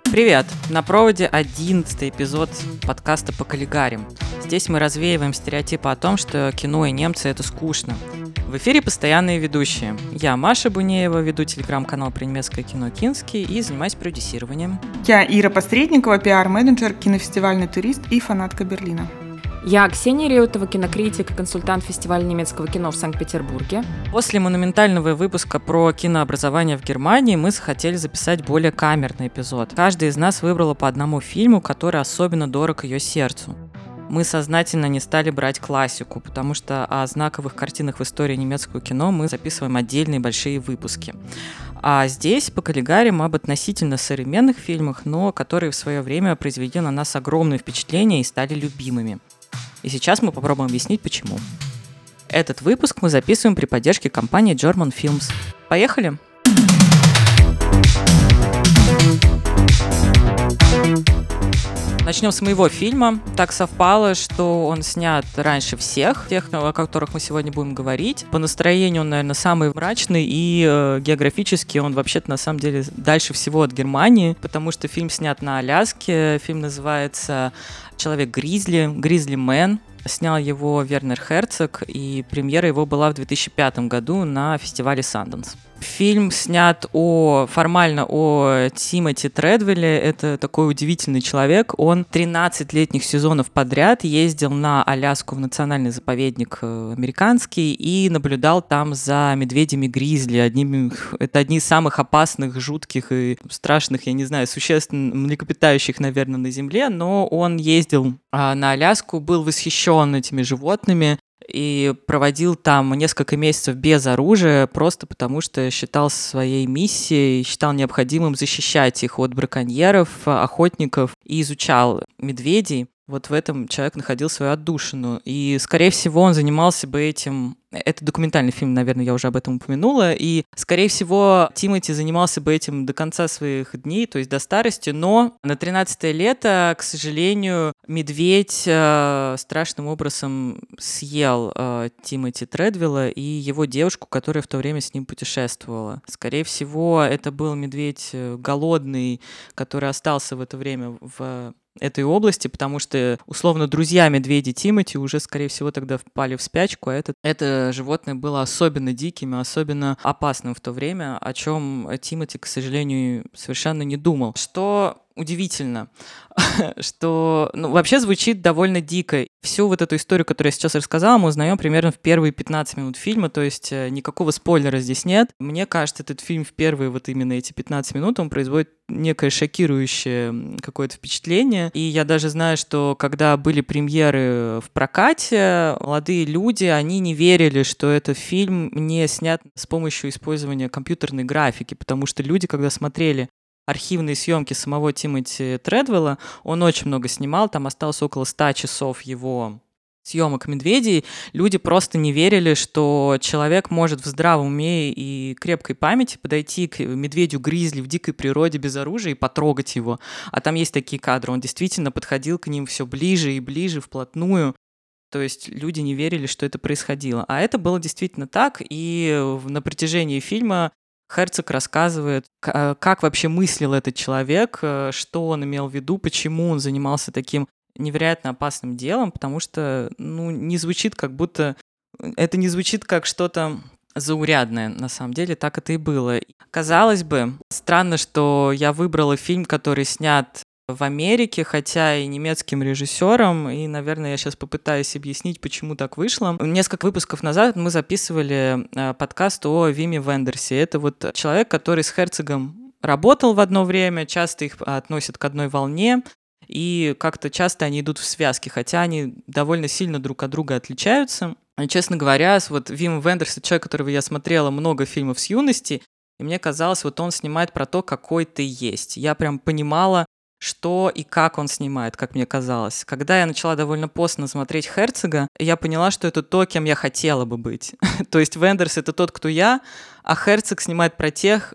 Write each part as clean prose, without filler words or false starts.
Привет! На проводе 11-й эпизод подкаста «По каллигарям». Здесь мы развеиваем стереотипы о том, что кино и немцы — это скучно. В эфире постоянные ведущие. Я Маша Бунеева, веду телеграм-канал про немецкое кино «Кинский» и занимаюсь продюсированием. Я Ира Посредникова, пиар-менеджер, кинофестивальный турист и фанатка Берлина. Я Ксения Реутова, кинокритик и консультант фестиваля немецкого кино в Санкт-Петербурге. После монументального выпуска про кинообразование в Германии мы захотели записать более камерный эпизод. Каждый из нас выбрала по одному фильму, который особенно дорог ее сердцу. Мы сознательно не стали брать классику, потому что о знаковых картинах в истории немецкого кино мы записываем отдельные большие выпуски. А здесь, по каллигарям, об относительно современных фильмах, но которые в свое время произвели на нас огромное впечатление и стали любимыми. И сейчас мы попробуем объяснить, почему. Этот выпуск мы записываем при поддержке компании German Films. Поехали! Начнем с моего фильма. Так совпало, что он снят раньше всех тех, о которых мы сегодня будем говорить. По настроению он, наверное, самый мрачный, и географически он вообще-то на самом деле дальше всего от Германии, потому что фильм снят на Аляске. Фильм называется «Человек-гризли», «Гризли Мэн». Снял его Вернер Херцог, и премьера его была в 2005 году на фестивале Sundance. Фильм снят формально о Тимоти Тредвелле. Это такой удивительный человек. Он 13 летних сезонов подряд ездил на Аляску в национальный заповедник американский и наблюдал там за медведями-гризли. Это одни из самых опасных, жутких и страшных, я не знаю, существ, млекопитающих, наверное, на Земле. Но он ездил на Аляску, был восхищен этими животными и проводил там несколько месяцев без оружия, просто потому что считал своей миссией, считал необходимым защищать их от браконьеров, охотников, и изучал медведей. Вот в этом человек находил свою отдушину. И, скорее всего, он занимался бы этим... Это документальный фильм, наверное, я уже об этом упомянула. И, скорее всего, Тимоти занимался бы этим до конца своих дней, то есть до старости. Но на 13-е лето, к сожалению, медведь страшным образом съел Тимоти Тредвелла и его девушку, которая в то время с ним путешествовала. Скорее всего, это был медведь голодный, который остался в это время в этой области, потому что, условно, друзья медведи Тимоти уже, скорее всего, тогда впали в спячку, а это животное было особенно диким, особенно опасным в то время, о чем Тимоти, к сожалению, совершенно не думал. Что удивительно, что вообще звучит довольно дико. Всю вот эту историю, которую я сейчас рассказала, мы узнаем примерно в первые 15 минут фильма, то есть никакого спойлера здесь нет. Мне кажется, этот фильм в первые вот именно эти 15 минут, он производит некое шокирующее какое-то впечатление. И я даже знаю, что когда были премьеры в прокате, молодые люди, они не верили, что этот фильм не снят с помощью использования компьютерной графики, потому что люди, когда смотрели архивные съемки самого Тимоти Тредвелла, он очень много снимал, там осталось около 100 часов его съемок медведей. Люди просто не верили, что человек может в здравом уме и крепкой памяти подойти к медведю-гризли в дикой природе без оружия и потрогать его. А там есть такие кадры, он действительно подходил к ним все ближе и ближе, вплотную. То есть люди не верили, что это происходило. А это было действительно так, и на протяжении фильма Херцог рассказывает, как вообще мыслил этот человек, что он имел в виду, почему он занимался таким невероятно опасным делом, потому что, не звучит как будто... Это не звучит как что-то заурядное, на самом деле, так это и было. Казалось бы, странно, что я выбрала фильм, который снят в Америке, хотя и немецким режиссером, и, наверное, я сейчас попытаюсь объяснить, почему так вышло. Несколько выпусков назад мы записывали подкаст о Виме Вендерсе. Это вот человек, который с Херцогом работал в одно время, часто их относят к одной волне, и как-то часто они идут в связке, хотя они довольно сильно друг от друга отличаются. И, честно говоря, вот Вим Вендерс — это человек, которого я смотрела много фильмов с юности, и мне казалось, вот он снимает про то, какой ты есть. Я прям понимала, что и как он снимает, как мне казалось. Когда я начала довольно поздно смотреть Херцога, я поняла, что это то, кем я хотела бы быть. То есть Вендерс — это тот, кто я, а Херцог снимает про тех,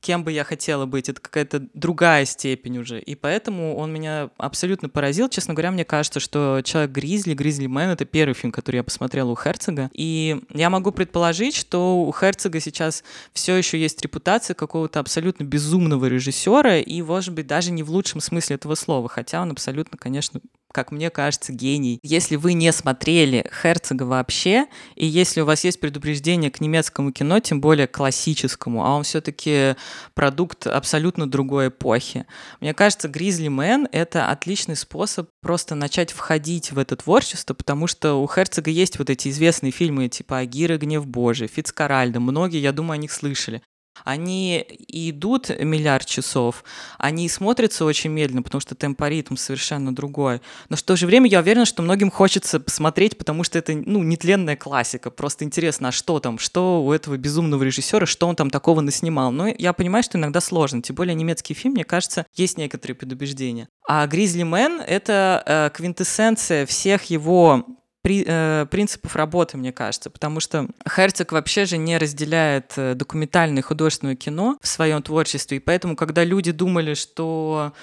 кем бы я хотела быть, это какая-то другая степень уже, и поэтому он меня абсолютно поразил. Честно говоря, мне кажется, что «Человек-гризли», «Гризли-мен» — это первый фильм, который я посмотрела у Херцога, и я могу предположить, что у Херцога сейчас все еще есть репутация какого-то абсолютно безумного режиссера, и, может быть, даже не в лучшем смысле этого слова, хотя он абсолютно, конечно, как мне кажется, гений. Если вы не смотрели Херцога вообще, и если у вас есть предубеждение к немецкому кино, тем более классическому, а он все-таки продукт абсолютно другой эпохи, мне кажется, «Гризли-мен» — это отличный способ просто начать входить в это творчество, потому что у Херцога есть вот эти известные фильмы типа «Агира. Гнев Божий», «Фицкаральдо», многие, я думаю, о них слышали. Они и идут миллиард часов, они смотрятся очень медленно, потому что темпоритм совершенно другой. Но в то же время я уверена, что многим хочется посмотреть, потому что это, нетленная классика. Просто интересно, а что там, что у этого безумного режиссера, что он там такого наснимал. Но я понимаю, что иногда сложно, тем более немецкий фильм, мне кажется, есть некоторые предубеждения. А «Гризли-мен» — это квинтэссенция всех его принципов работы, мне кажется, потому что Херцог вообще же не разделяет документальное и художественное кино в своем творчестве, и поэтому, когда люди думали, что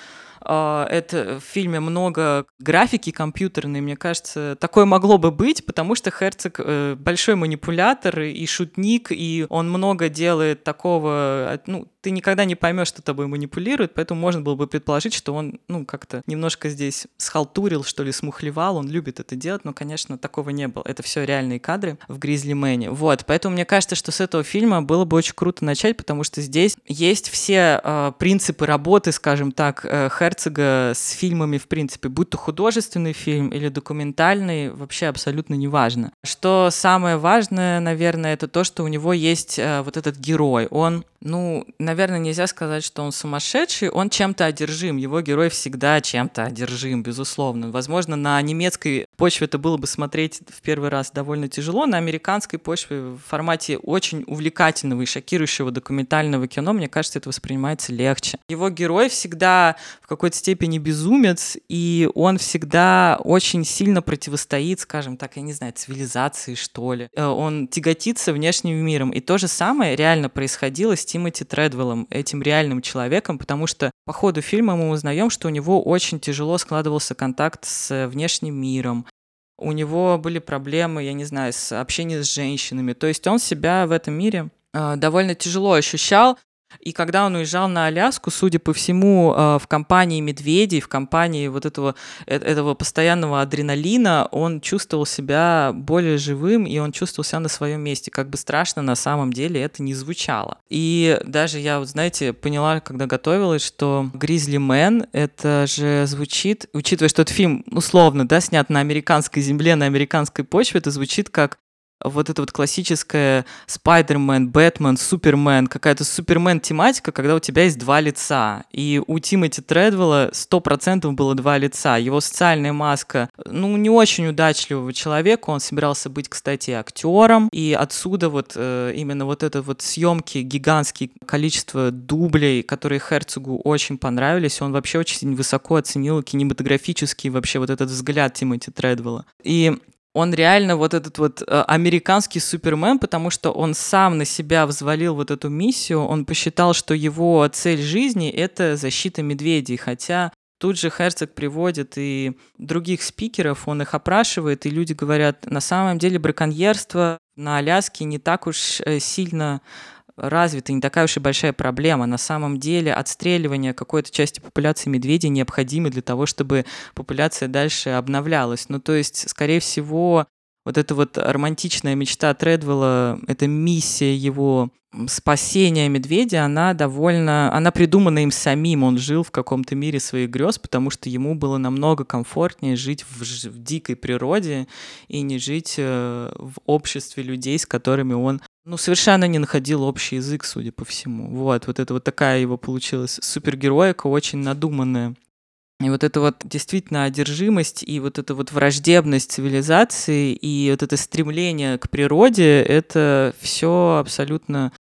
это в фильме много графики компьютерной, мне кажется, такое могло бы быть, потому что Херцог большой манипулятор и шутник, и он много делает такого, ты никогда не поймешь, что тобой манипулирует, поэтому можно было бы предположить, что он, как-то немножко здесь схалтурил, что ли, смухлевал, он любит это делать, но, конечно, такого не было. Это все реальные кадры в «Гризли-мене». Вот, поэтому мне кажется, что с этого фильма было бы очень круто начать, потому что здесь есть все принципы работы, скажем так, Херцога с фильмами, в принципе, будь то художественный фильм или документальный, вообще абсолютно неважно. Что самое важное, наверное, это то, что у него есть вот этот герой. Он, наверное, нельзя сказать, что он сумасшедший, он чем-то одержим. Его герой всегда чем-то одержим, безусловно. Возможно, на немецкой почве это было бы смотреть в первый раз довольно тяжело, на американской почве в формате очень увлекательного и шокирующего документального кино, мне кажется, это воспринимается легче. Его герой всегда в какой-то степени безумец, и он всегда очень сильно противостоит, скажем так, я не знаю, цивилизации, что ли. Он тяготится внешним миром. И то же самое реально происходило с Тимоти Тредвеллом, этим реальным человеком, потому что по ходу фильма мы узнаем, что у него очень тяжело складывался контакт с внешним миром. У него были проблемы, я не знаю, с общением с женщинами. То есть он себя в этом мире довольно тяжело ощущал. И когда он уезжал на Аляску, судя по всему, в компании медведей, в компании вот этого постоянного адреналина, он чувствовал себя более живым, и он чувствовал себя на своем месте. Как бы страшно на самом деле это не звучало. И даже я, поняла, когда готовилась, что «Гризли-мен» это же звучит, учитывая, что этот фильм условно, снят на американской земле, на американской почве, это звучит как вот эта вот классическая Спайдермен, Бэтмен, Супермен, какая-то Супермен-тематика, когда у тебя есть два лица. И у Тимоти Тредвелла 100% было два лица. Его социальная маска, не очень удачливого человека. Он собирался быть, кстати, актером. И отсюда именно вот это вот съемки, гигантские количество дублей, которые Херцогу очень понравились. Он вообще очень высоко оценил кинематографический вообще вот этот взгляд Тимоти Тредвелла. И он реально вот этот вот американский Супермен, потому что он сам на себя взвалил вот эту миссию, он посчитал, что его цель жизни — это защита медведей, хотя тут же Херцог приводит и других спикеров, он их опрашивает, и люди говорят, на самом деле браконьерство на Аляске не так уж сильно развита, не такая уж и большая проблема. На самом деле отстреливание какой-то части популяции медведей необходимо для того, чтобы популяция дальше обновлялась. То есть, скорее всего, вот эта вот романтичная мечта Тредвелла, эта миссия его спасения медведя, она придумана им самим. Он жил в каком-то мире своих грез, потому что ему было намного комфортнее жить в дикой природе и не жить в обществе людей, с которыми он совершенно не находил общий язык, судя по всему. Вот это вот такая его получилась супергероика, очень надуманная. И вот эта вот действительно одержимость и вот эта вот враждебность цивилизации и вот это стремление к природе, это все абсолютно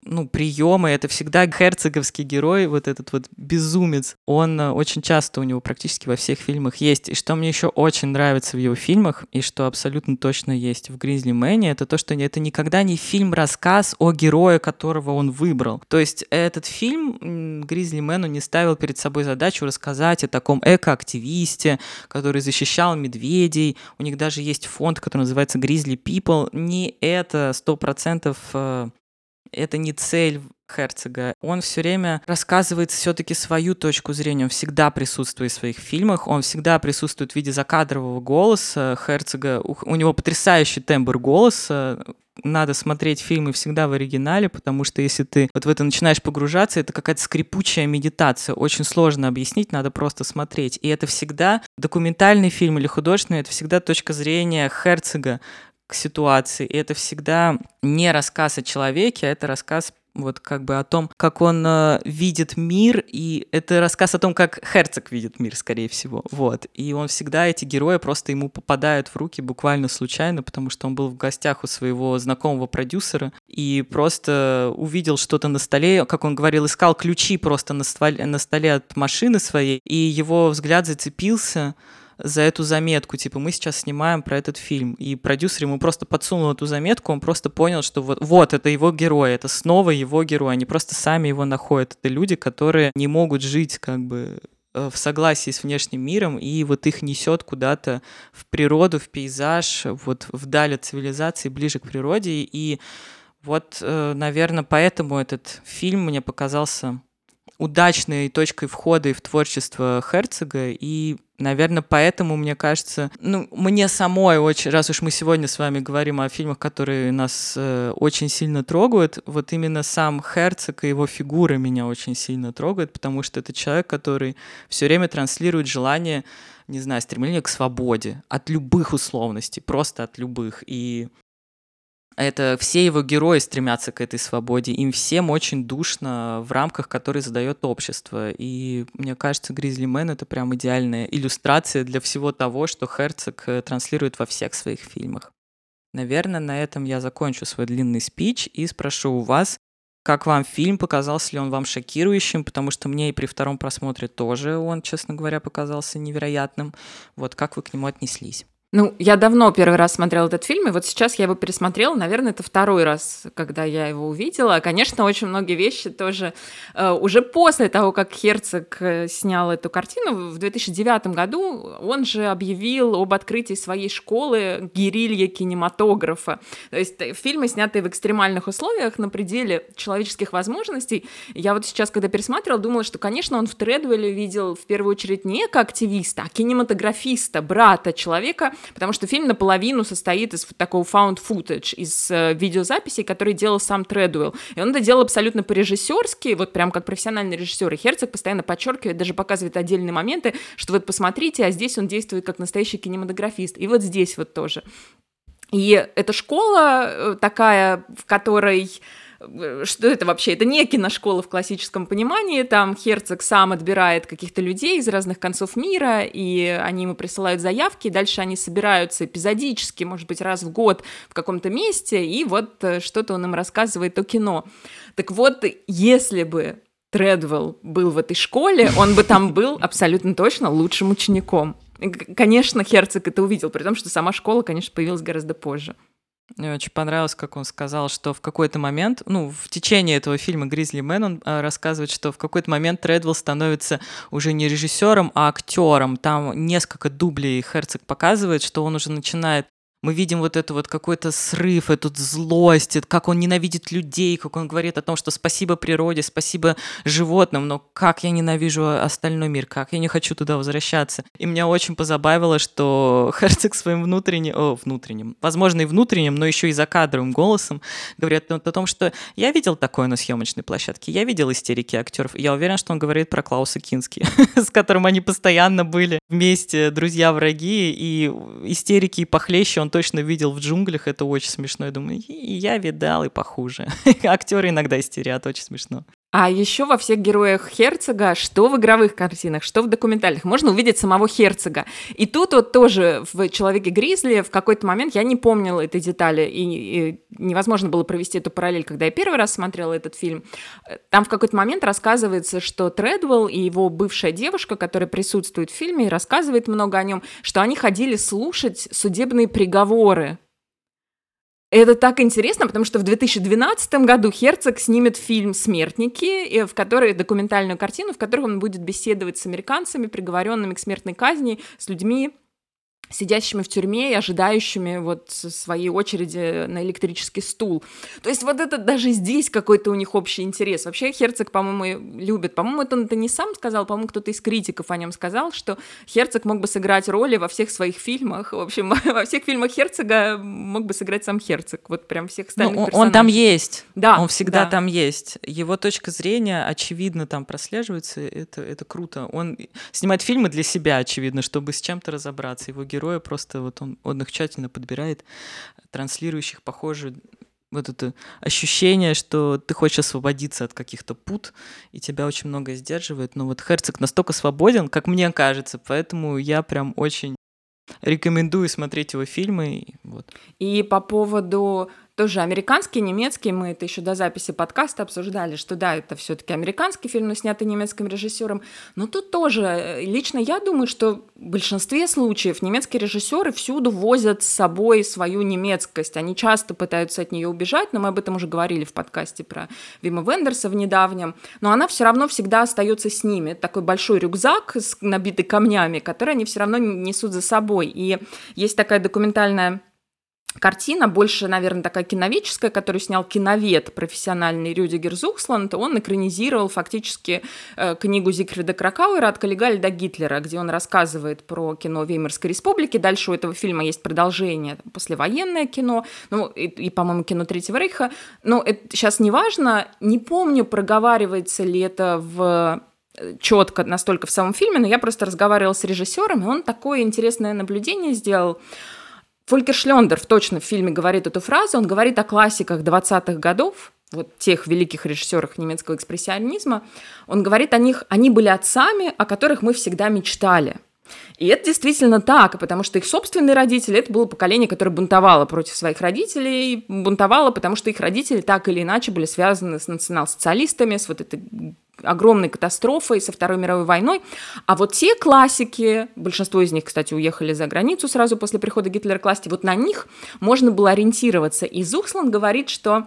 приемы, это всегда герцоговский герой, вот этот вот безумец. Он очень часто у него практически во всех фильмах есть. И что мне еще очень нравится в его фильмах, и что абсолютно точно есть в «Гризли Мэне», это то, что это никогда не фильм-рассказ о герое, которого он выбрал. То есть этот фильм «Гризли Мэну» не ставил перед собой задачу рассказать о таком экоактивисте, который защищал медведей. У них даже есть фонд, который называется «Grizzly People». Не это 100%, это не цель Херцога. Он все время рассказывает все-таки свою точку зрения. Он всегда присутствует в своих фильмах, он всегда присутствует в виде закадрового голоса Херцога. У него потрясающий тембр голоса. Надо смотреть фильмы всегда в оригинале, потому что если ты вот в это начинаешь погружаться, это какая-то скрипучая медитация. Очень сложно объяснить, надо просто смотреть. И это всегда документальный фильм или художественный, это всегда точка зрения Херцога к ситуации. И это всегда не рассказ о человеке, а это рассказ вот как бы о том, как он видит мир, и это рассказ о том, как Херцог видит мир, скорее всего. Вот. И он всегда, эти герои просто ему попадают в руки буквально случайно, потому что он был в гостях у своего знакомого продюсера и просто увидел что-то на столе, как он говорил, искал ключи просто на столе от машины своей, и его взгляд зацепился за эту заметку, типа, мы сейчас снимаем про этот фильм, и продюсер ему просто подсунул эту заметку, он просто понял, что вот это его герой, это снова его герой, они просто сами его находят, это люди, которые не могут жить как бы в согласии с внешним миром, и вот их несет куда-то в природу, в пейзаж, вот вдаль от цивилизации, ближе к природе, и вот, наверное, поэтому этот фильм мне показался удачной точкой входа и в творчество Херцога, и, наверное, поэтому, мне кажется, мне самой очень, раз уж мы сегодня с вами говорим о фильмах, которые нас очень сильно трогают, вот именно сам Херцог и его фигура меня очень сильно трогает, потому что это человек, который все время транслирует желание, не знаю, стремление к свободе от любых условностей, просто от любых, и это все его герои стремятся к этой свободе, им всем очень душно в рамках, которые задает общество. И мне кажется, «Гризли Мэн» — это прям идеальная иллюстрация для всего того, что Херцог транслирует во всех своих фильмах. Наверное, на этом я закончу свой длинный спич и спрошу у вас, как вам фильм, показался ли он вам шокирующим, потому что мне и при втором просмотре тоже он, честно говоря, показался невероятным. Вот как вы к нему отнеслись? Я давно первый раз смотрела этот фильм, и вот сейчас я его пересмотрела, наверное, это второй раз, когда я его увидела. Конечно, очень многие вещи тоже уже после того, как Херцог снял эту картину, в 2009 году он же объявил об открытии своей школы герилья кинематографа. То есть фильмы, снятые в экстремальных условиях, на пределе человеческих возможностей. Я вот сейчас, когда пересматривала, думала, что, конечно, он в Тредуэле видел в первую очередь не экоактивиста, а кинематографиста, брата человека, потому что фильм наполовину состоит из такого found footage, из видеозаписей, которые делал сам Тредуэлл. И он это делал абсолютно по-режиссерски, вот прям как профессиональный режиссер. И Херцог постоянно подчеркивает, даже показывает отдельные моменты, что вот посмотрите, а здесь он действует как настоящий кинематографист. И вот здесь вот тоже. И эта школа такая, в которой... Что это вообще? Это не киношкола в классическом понимании, там Херцог сам отбирает каких-то людей из разных концов мира, и они ему присылают заявки, и дальше они собираются эпизодически, может быть, раз в год в каком-то месте, и вот что-то он им рассказывает о кино. Так вот, если бы Тредуэлл был в этой школе, он бы там был абсолютно точно лучшим учеником. Конечно, Херцог это увидел, при том, что сама школа, конечно, появилась гораздо позже. Мне очень понравилось, как он сказал, что в какой-то момент, в течение этого фильма «Гризли Мэн» он рассказывает, что в какой-то момент Тредуэлл становится уже не режиссером, а актером. Там несколько дублей Херцог показывает, что он уже начинает. Мы видим вот это вот какой-то срыв, эту злость, как он ненавидит людей, как он говорит о том, что спасибо природе, спасибо животным, но как я ненавижу остальной мир, как я не хочу туда возвращаться. И меня очень позабавило, что Херцог своим внутренним, возможно, и внутренним, но еще и закадровым голосом говорит о том, что я видел такое на съемочной площадке, я видел истерики актеров. Я уверен, что он говорит про Клауса Кински, с которым они постоянно были вместе, друзья-враги, и истерики и похлеще он точно видел в «Джунглях», это очень смешно. Я думаю, и я видал и похуже. Актеры иногда истерят, очень смешно. А еще во всех героях Херцога, что в игровых картинах, что в документальных, можно увидеть самого Херцога. И тут вот тоже в «Человеке-гризли» в какой-то момент, я не помнила этой детали, и невозможно было провести эту параллель, когда я первый раз смотрела этот фильм. Там в какой-то момент рассказывается, что Тредвелл и его бывшая девушка, которая присутствует в фильме и рассказывает много о нем, что они ходили слушать судебные приговоры. Это так интересно, потому что в 2012 году Херцог снимет фильм «Смертники», в которой документальную картину, в которой он будет беседовать с американцами, приговоренными к смертной казни, с людьми, сидящими в тюрьме и ожидающими вот своей очереди на электрический стул. То есть вот это даже здесь какой-то у них общий интерес. Вообще Херцог, по-моему, любит. По-моему, это он не сам сказал, по-моему, кто-то из критиков о нем сказал, что Херцог мог бы сыграть роли во всех своих фильмах. В общем, во всех фильмах Херцога мог бы сыграть сам Херцог. Вот прям всех остальных персонажей. Он там есть. Да, он всегда там есть. Его точка зрения, очевидно, там прослеживается. Это круто. Он снимает фильмы для себя, очевидно, чтобы с чем-то разобраться. Его героя просто вот он их тщательно подбирает, транслирующих похоже вот это ощущение, что ты хочешь освободиться от каких-то пут, и тебя очень многое сдерживает. Но вот Херцог настолько свободен, как мне кажется, поэтому я прям очень рекомендую смотреть его фильмы. Вот. И по поводу тоже американский, немецкий, мы это еще до записи подкаста обсуждали, что да, это все-таки американский фильм, но снятый немецким режиссером. Но тут тоже, лично я думаю, что в большинстве случаев немецкие режиссеры всюду возят с собой свою немецкость. Они часто пытаются от нее убежать, но мы об этом уже говорили в подкасте про Вима Вендерса в недавнем. Но она все равно всегда остается с ними. Это такой большой рюкзак, набитый камнями, который они все равно несут за собой. И есть такая документальная картина, больше, наверное, такая киноведческая, которую снял киновед профессиональный Рюдигер Зухсланд. Он экранизировал фактически книгу Зигфрида Кракауэра «От Каллигаля до Гитлера», где он рассказывает про кино Веймарской республики. Дальше у этого фильма есть продолжение, послевоенное кино, ну, и по-моему, кино Третьего рейха. Но это сейчас не важно. Не помню, проговаривается ли это четко настолько в самом фильме, но я просто разговаривала с режиссером, и он такое интересное наблюдение сделал. Фолькер Шлёндорф точно в фильме говорит эту фразу, он говорит о классиках 20-х годов, вот тех великих режиссерах немецкого экспрессионизма, он говорит о них, они были отцами, о которых мы всегда мечтали. И это действительно так, потому что их собственные родители, это было поколение, которое бунтовало против своих родителей, бунтовало, потому что их родители так или иначе были связаны с национал-социалистами, с вот этой огромной катастрофой, со Второй мировой войной. А вот те классики, большинство из них, кстати, уехали за границу сразу после прихода Гитлера к власти, вот на них можно было ориентироваться. И Зухсланд говорит, что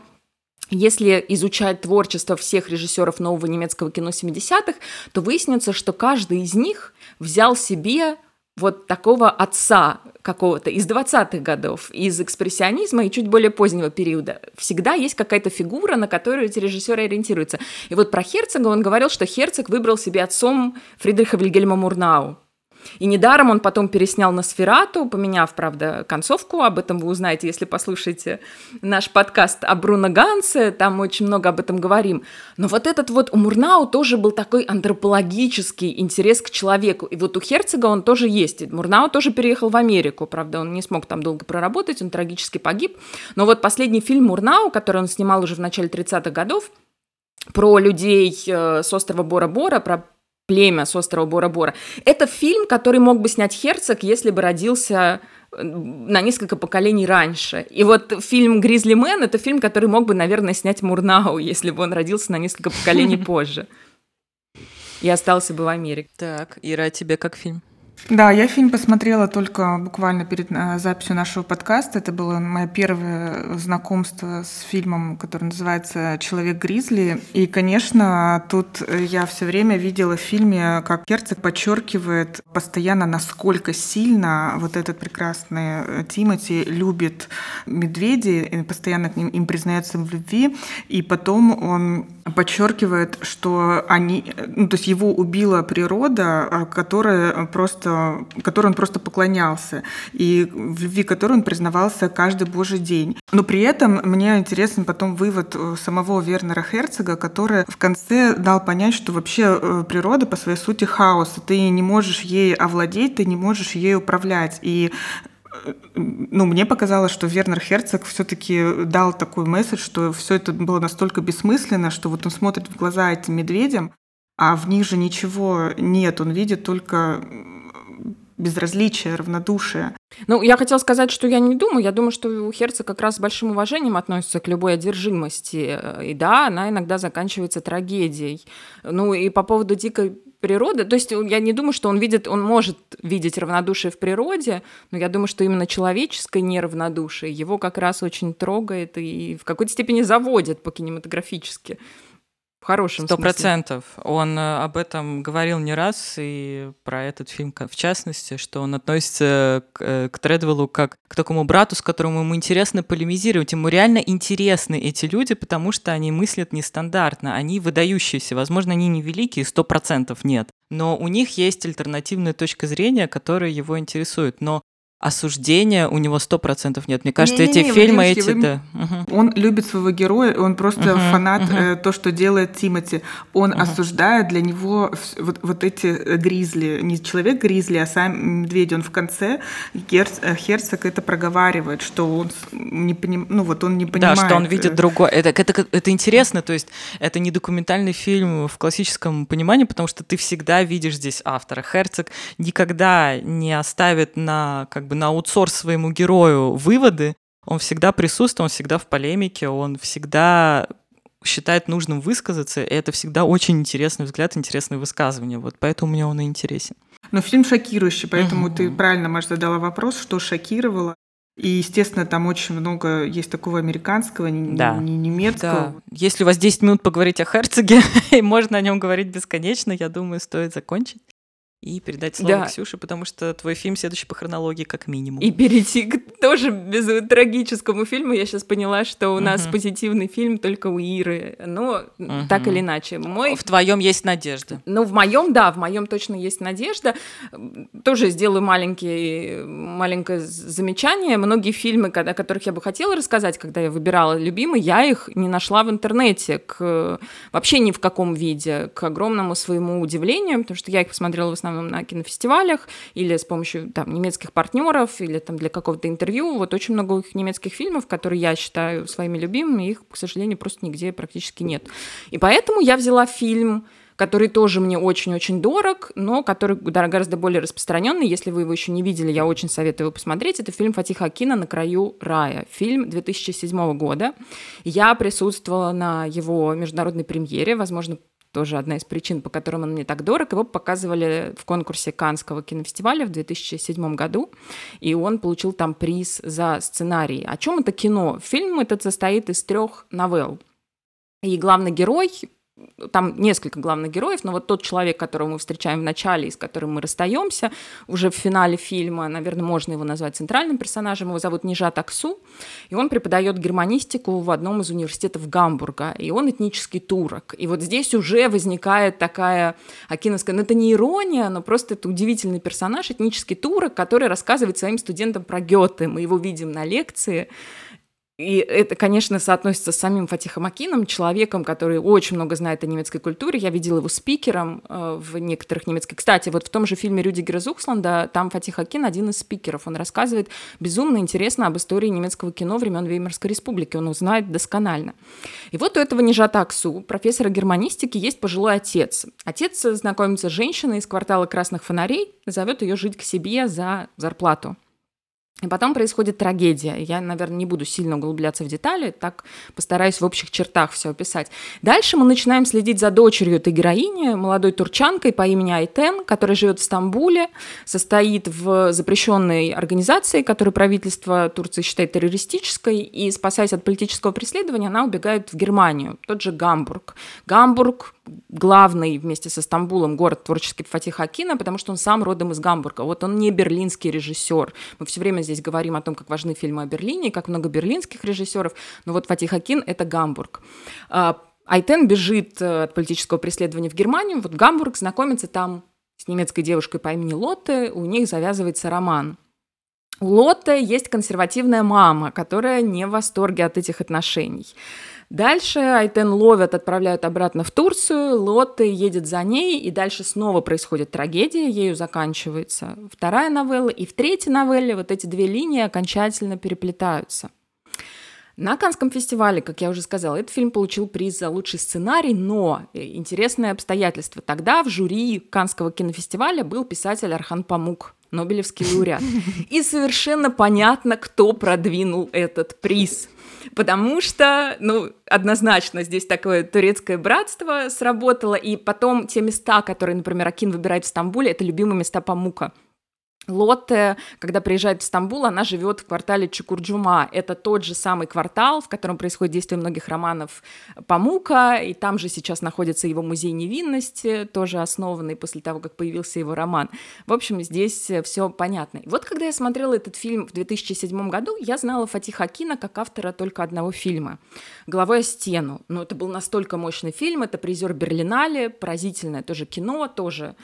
если изучать творчество всех режиссеров нового немецкого кино 70-х, то выяснится, что каждый из них взял себе вот такого отца какого-то из 20-х годов, из экспрессионизма и чуть более позднего периода. Всегда есть какая-то фигура, на которую эти режиссеры ориентируются. И вот про Херцога он говорил, что Херцог выбрал себе отцом Фридриха Вильгельма Мурнау. И недаром он потом переснял «Носферату», поменяв, правда, концовку. Об этом вы узнаете, если послушаете наш подкаст о Бруно Гансе. Там мы очень много об этом говорим. Но вот этот вот у Мурнау тоже был такой антропологический интерес к человеку. И вот у Херцога он тоже есть. И Мурнау тоже переехал в Америку. Правда, он не смог там долго проработать, он трагически погиб. Но вот последний фильм Мурнау, который он снимал уже в начале 30-х годов, про людей с острова Бора-Бора, про племя с острова Бора-Бора. Это фильм, который мог бы снять Херцог, если бы родился на несколько поколений раньше. И вот фильм «Гризли Мэн» — это фильм, который мог бы, наверное, снять Мурнау, если бы он родился на несколько поколений позже и остался бы в Америке. Так, Ира, а тебе как фильм? Да, я фильм посмотрела только буквально перед записью нашего подкаста. Это было мое первое знакомство с фильмом, который называется «Человек-гризли». И, конечно, тут я все время видела в фильме, как Херцог подчеркивает постоянно, насколько сильно вот этот прекрасный Тимоти любит медведей, и постоянно к ним им признается в любви. И потом он подчеркивает, что то есть его убила природа, которой он просто поклонялся, и в любви которой он признавался каждый божий день. Но при этом мне интересен потом вывод самого Вернера Херцога, который в конце дал понять, что вообще природа по своей сути хаос, ты не можешь ей овладеть, ты не можешь ей управлять. И мне показалось, что Вернер Херцог все-таки дал такой месседж, что все это было настолько бессмысленно, что вот он смотрит в глаза этим медведям, а в них же ничего нет, он видит только безразличие, равнодушие. Ну, я хотела сказать, что я не думаю. Я думаю, что у Херца как раз с большим уважением относится к любой одержимости. И да, она иногда заканчивается трагедией. Ну, и по поводу дикой природы, то есть я не думаю, что он может видеть равнодушие в природе, но я думаю, что именно человеческое неравнодушие его как раз очень трогает и в какой-то степени заводит по-кинематографически. В хорошем смысле. 100%. Он об этом говорил не раз, и про этот фильм в частности, что он относится к Тредвеллу как к такому брату, с которым ему интересно полемизировать. Ему реально интересны эти люди, потому что они мыслят нестандартно, они выдающиеся. Возможно, они не великие, 100% нет, но у них есть альтернативная точка зрения, которая его интересует. Но осуждения у него 100% нет. Мне кажется, эти фильмы, да. Он любит своего героя, он просто фанат то, что делает Тимоти. Он осуждает, для него вот эти гризли, не человек-гризли, а сам медведь. Он в конце, Херцог это проговаривает, что он не понимает. Да, что он видит другое. Это интересно, то есть это не документальный фильм в классическом понимании, потому что ты всегда видишь здесь автора. Херцог никогда не оставит на аутсорс своему герою выводы, он всегда присутствует, он всегда в полемике, он всегда считает нужным высказаться, и это всегда очень интересный взгляд, интересное высказывание. Вот поэтому мне он и интересен. Но фильм шокирующий, поэтому ты правильно, Маш, задала вопрос, что шокировало. И, естественно, там очень много есть такого американского, немецкого. Да. Если у вас 10 минут поговорить о Херцоге, и можно о нем говорить бесконечно, я думаю, стоит закончить и передать слово Ксюше, потому что твой фильм следующий по хронологии как минимум. И перейти к тоже трагическому фильму. Я сейчас поняла, что у нас позитивный фильм только у Иры. Но так или иначе. В твоем есть надежда. Ну, в моем точно есть надежда. Тоже сделаю маленькое замечание. Многие фильмы, о которых я бы хотела рассказать, когда я выбирала любимый, я их не нашла в интернете вообще ни в каком виде, к огромному своему удивлению, потому что я их посмотрела в основном на кинофестивалях или с помощью немецких партнеров или для какого-то интервью. Вот очень много немецких фильмов, которые я считаю своими любимыми, их, к сожалению, просто нигде практически нет. И поэтому я взяла фильм, который тоже мне очень-очень дорог, но который гораздо более распространенный. Если вы его еще не видели, я очень советую его посмотреть. Это фильм Фатиха Акина «На краю рая». Фильм 2007 года. Я присутствовала на его международной премьере, возможно, тоже одна из причин, по которым он мне так дорог. Его показывали в конкурсе Каннского кинофестиваля в 2007 году, и он получил там приз за сценарий. О чем это кино? Фильм этот состоит из 3 новелл. И главный герой, там несколько главных героев, но вот тот человек, которого мы встречаем в начале и с которым мы расстаемся уже в финале фильма, наверное, можно его назвать центральным персонажем, его зовут Нижат Аксу, и он преподает германистику в одном из университетов Гамбурга, и он этнический турок. И вот здесь уже возникает такая акиновская, это не ирония, но просто это удивительный персонаж, этнический турок, который рассказывает своим студентам про Гёте. Мы его видим на лекции. И это, конечно, соотносится с самим Фатихом Акином, человеком, который очень много знает о немецкой культуре. Я видела его спикером в некоторых немецких... Кстати, вот в том же фильме Рюдигера Зухсланда там Фатих Акин один из спикеров. Он рассказывает безумно интересно об истории немецкого кино времен Веймарской республики. Он узнает досконально. И вот у этого Нижата Аксу, профессора германистики, есть пожилой отец. Отец знакомится с женщиной из квартала Красных Фонарей, зовет ее жить к себе за зарплату. И потом происходит трагедия. Я, наверное, не буду сильно углубляться в детали, так постараюсь в общих чертах все описать. Дальше мы начинаем следить за дочерью этой героини, молодой турчанкой по имени Айтен, которая живет в Стамбуле, состоит в запрещенной организации, которую правительство Турции считает террористической, и, спасаясь от политического преследования, она убегает в Германию, тот же Гамбург. Гамбург главный вместе со Стамбулом город творческий Фатиха Акина, потому что он сам родом из Гамбурга. Вот он не берлинский режиссер. Мы все время здесь говорим о том, как важны фильмы о Берлине, как много берлинских режиссеров, но вот Фатих Акин — это Гамбург. Айтен бежит от политического преследования в Германию, вот в Гамбург, знакомится там с немецкой девушкой по имени Лотте, у них завязывается роман. У Лотте есть консервативная мама, которая не в восторге от этих отношений. Дальше Айтен ловят, отправляют обратно в Турцию, Лотте едет за ней, и дальше снова происходит трагедия, ею заканчивается 2 новелла, и в 3 новелле вот эти 2 линии окончательно переплетаются. На Каннском фестивале, как я уже сказала, этот фильм получил приз за лучший сценарий, но интересное обстоятельство. Тогда в жюри Каннского кинофестиваля был писатель Орхан Памук, Нобелевский лауреат. И совершенно понятно, кто продвинул этот приз. Потому что, однозначно здесь такое турецкое братство сработало, и потом те места, которые, например, Акин выбирает в Стамбуле, это любимые места Памука. Лотте, когда приезжает в Стамбул, она живет в квартале Чукурджума. Это тот же самый квартал, в котором происходит действие многих романов Памука, и там же сейчас находится его музей невинности, тоже основанный после того, как появился его роман. В общем, здесь все понятно. И вот когда я смотрела этот фильм в 2007 году, я знала Фатиха Акина как автора только одного фильма «Головой о стену». Но это был настолько мощный фильм, это призер Берлинале, поразительное тоже кино, тоже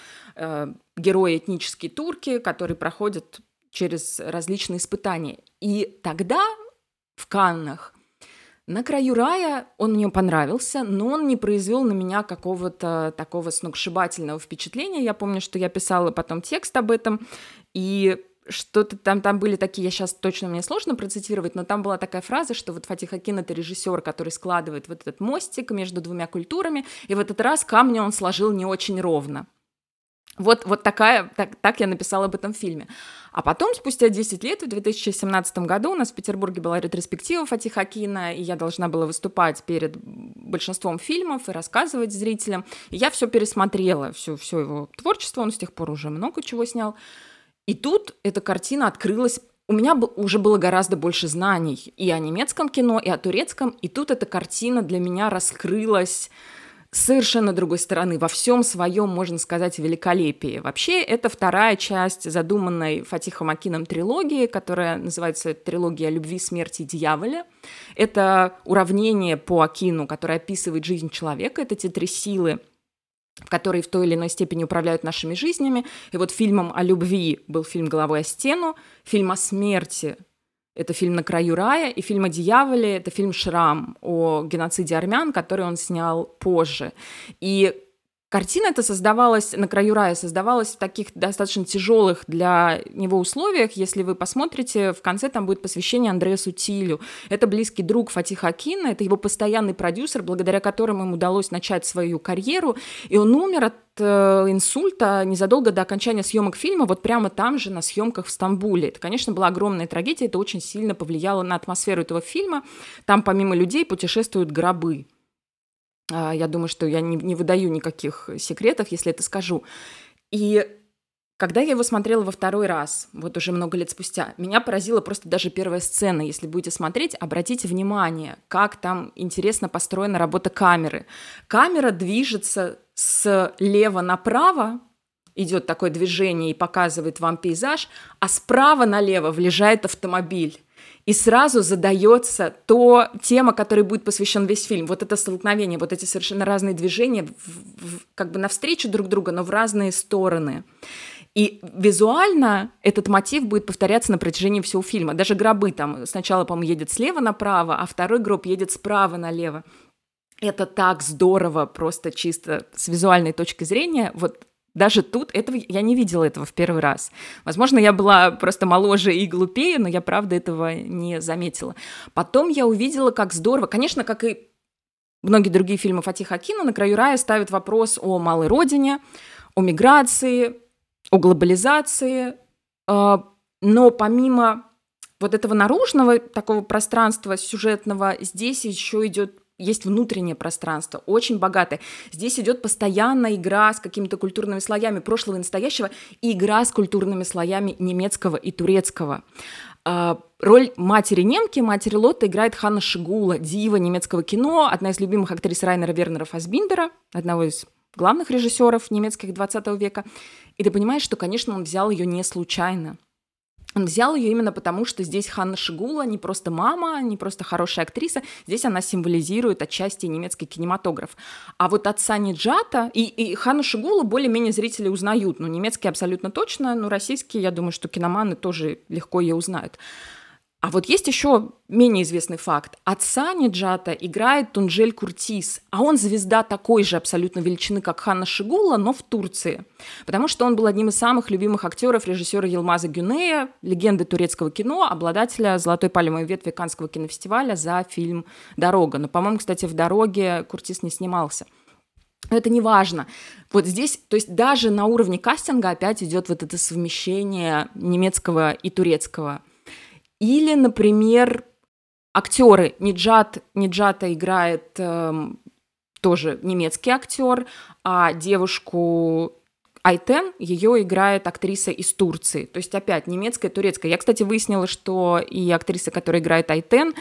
герои этнические турки, которые проходят через различные испытания. И тогда в Каннах «На краю рая» он мне понравился, но он не произвел на меня какого-то такого сногсшибательного впечатления. Я помню, что я писала потом текст об этом, и что-то там были такие, я сейчас точно мне сложно процитировать, но там была такая фраза, что вот Фатих Акин — это режиссер, который складывает вот этот мостик между двумя культурами, и в этот раз камни он сложил не очень ровно. Вот так я написала об этом фильме. А потом, спустя 10 лет, в 2017 году у нас в Петербурге была ретроспектива Фатиха Акина, и я должна была выступать перед большинством фильмов и рассказывать зрителям. И я все пересмотрела, все его творчество, он с тех пор уже много чего снял. И тут эта картина открылась. У меня уже было гораздо больше знаний и о немецком кино, и о турецком, и тут эта картина для меня раскрылась совершенно другой стороны, во всем своем, можно сказать, великолепии. Вообще, это вторая часть задуманной Фатихом Акином трилогии, которая называется «Трилогия о любви, смерти и дьяволе». Это уравнение по Акину, которое описывает жизнь человека. Это те три силы, которые в той или иной степени управляют нашими жизнями. И вот фильмом о любви был фильм «Головой о стену», фильм о смерти — это фильм «На краю рая», и фильм о дьяволе — это фильм «Шрам» о геноциде армян, который он снял позже. И картина эта создавалась, «На краю рая» создавалась в таких достаточно тяжелых для него условиях. Если вы посмотрите, в конце там будет посвящение Андреасу Тилю. Это близкий друг Фатиха Акина, это его постоянный продюсер, благодаря которому ему удалось начать свою карьеру. И он умер от инсульта незадолго до окончания съемок фильма, вот прямо там же, на съемках в Стамбуле. Это, конечно, была огромная трагедия, это очень сильно повлияло на атмосферу этого фильма. Там помимо людей путешествуют гробы. Я думаю, что я не выдаю никаких секретов, если это скажу. И когда я его смотрела во второй раз, вот уже много лет спустя, меня поразила просто даже первая сцена. Если будете смотреть, обратите внимание, как там интересно построена работа камеры. Камера движется слева направо, идет такое движение и показывает вам пейзаж, а справа налево влезает автомобиль. И сразу задается тема, которой будет посвящен весь фильм. Вот это столкновение, вот эти совершенно разные движения, как бы навстречу друг друга, но в разные стороны. И визуально этот мотив будет повторяться на протяжении всего фильма. Даже гробы там сначала, по-моему, едет слева направо, а второй гроб едет справа налево. Это так здорово, просто чисто с визуальной точки зрения. Вот даже тут я не видела этого в первый раз. Возможно, я была просто моложе и глупее, но я, правда, этого не заметила. Потом я увидела, как здорово. Конечно, как и многие другие фильмы Фатиха Акина, «На краю рая» ставит вопрос о малой родине, о миграции, о глобализации. Но помимо вот этого наружного такого пространства сюжетного, здесь еще есть внутреннее пространство, очень богатое. Здесь идет постоянная игра с какими-то культурными слоями прошлого и настоящего, и игра с культурными слоями немецкого и турецкого. Роль матери немки, матери Лотты играет Ханна Шигула, дива немецкого кино, одна из любимых актрис Райнера Вернера Фассбиндера, одного из главных режиссеров немецких 20 века. И ты понимаешь, что, конечно, он взял ее не случайно. Он взял ее именно потому, что здесь Ханна Шигула не просто мама, не просто хорошая актриса, здесь она символизирует отчасти немецкий кинематограф. А вот отца Неджата и Ханну Шигулу более-менее зрители узнают, но немецкий абсолютно точно, но российский, я думаю, что киноманы тоже легко ее узнают. А вот есть еще менее известный факт. Отца Неджата играет Тунжель Куртис, а он звезда такой же абсолютно величины, как Ханна Шигула, но в Турции. Потому что он был одним из самых любимых актеров режиссера Йылмаза Гюнея, легенды турецкого кино, обладателя «Золотой пальмовой ветви» Каннского кинофестиваля за фильм «Дорога». Но, по-моему, кстати, в «Дороге» Куртис не снимался. Но это не важно. Вот здесь, то есть даже на уровне кастинга опять идет вот это совмещение немецкого и турецкого. Или, например, актеры. Ниджата играет тоже немецкий актер, а девушку Айтен, ее играет актриса из Турции. То есть опять немецкая, турецкая. Я, кстати, выяснила, что и актриса, которая играет Айтен,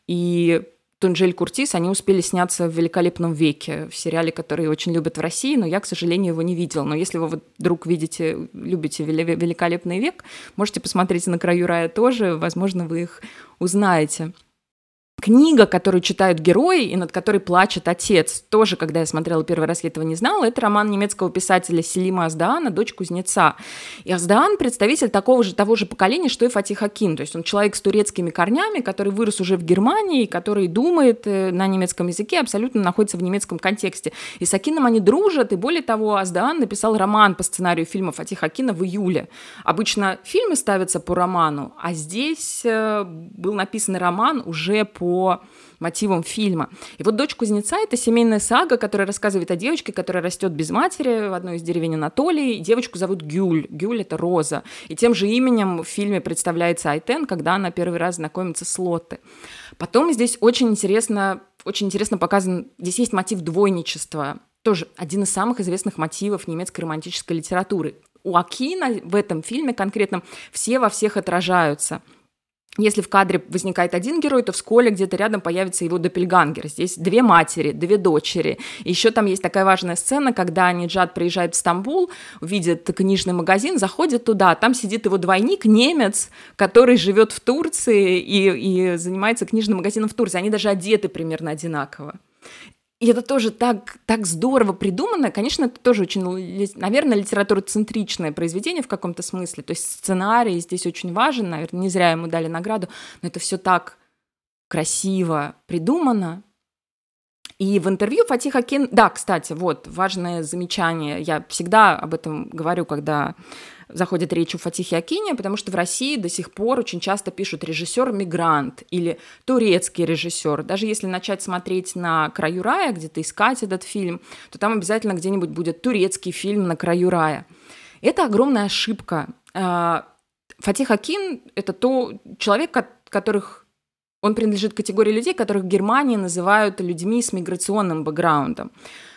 и Тунджель Куртис, они успели сняться в «Великолепном веке», в сериале, который очень любят в России, но я, к сожалению, его не видела. Но если вы вдруг любите «Великолепный век», можете посмотреть «На краю рая» тоже, возможно, вы их узнаете. Книга, которую читают герои и над которой плачет отец, тоже, когда я смотрела первый раз, я этого не знала, это роман немецкого писателя Селима Аздаана «Дочь кузнеца». И Аздаан представитель того же поколения, что и Фатих Акин. То есть он человек с турецкими корнями, который вырос уже в Германии, который думает на немецком языке, абсолютно находится в немецком контексте. И с Акином они дружат, и более того, Аздаан написал роман по сценарию фильма Фатих Акина в июле. Обычно фильмы ставятся по роману, а здесь был написан роман уже по мотивам фильма. И вот «Дочь кузнеца» — это семейная сага, которая рассказывает о девочке, которая растет без матери в одной из деревень Анатолии. Девочку зовут Гюль. Гюль — это Роза. И тем же именем в фильме представляется Айтен, когда она первый раз знакомится с Лотте. Потом здесь очень интересно показан, здесь есть мотив двойничества. Тоже один из самых известных мотивов немецкой романтической литературы. У Акина в этом фильме конкретно все во всех отражаются. Если в кадре возникает один герой, то в школе где-то рядом появится его доппельгангер. Здесь 2 матери, 2 дочери. И еще там есть такая важная сцена, когда Ниджат приезжает в Стамбул, видит книжный магазин, заходит туда, там сидит его двойник, немец, который живет в Турции и занимается книжным магазином в Турции. Они даже одеты примерно одинаково. И это тоже так здорово придумано. Конечно, это тоже очень, наверное, литературоцентричное произведение в каком-то смысле. То есть сценарий здесь очень важен, наверное, не зря ему дали награду, но это все так красиво придумано. И в интервью Фатих Акин... Да, кстати, вот, важное замечание. Я всегда об этом говорю, когда заходит речь о Фатихе Акине, потому что в России до сих пор очень часто пишут режиссер-мигрант или турецкий режиссер. Даже если начать смотреть «На краю рая», где-то искать этот фильм, то там обязательно где-нибудь будет турецкий фильм «На краю рая». Это огромная ошибка. Фатих Акин — это человек, которых... Он принадлежит к категории людей, которых в Германии называют людьми с миграционным бэкграундом.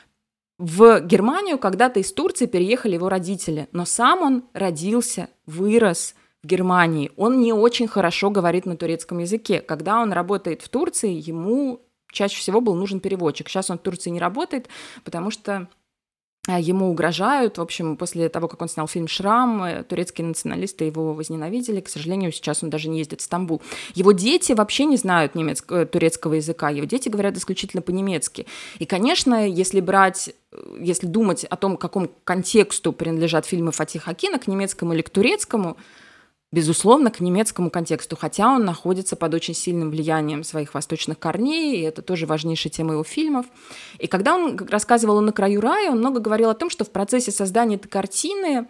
В Германию когда-то из Турции переехали его родители, но сам он родился, вырос в Германии. Он не очень хорошо говорит на турецком языке. Когда он работает в Турции, ему чаще всего был нужен переводчик. Сейчас он в Турции не работает, потому что ему угрожают. В общем, после того, как он снял фильм «Шрам», турецкие националисты его возненавидели. К сожалению, сейчас он даже не ездит в Стамбул. Его дети вообще не знают турецкого языка. Его дети говорят исключительно по-немецки. И, конечно, если думать о том, к какому контексту принадлежат фильмы Фатиха Акина, к немецкому или к турецкому, безусловно, к немецкому контексту, хотя он находится под очень сильным влиянием своих восточных корней, и это тоже важнейшая тема его фильмов. И когда он рассказывал «На краю рая», он много говорил о том, что в процессе создания этой картины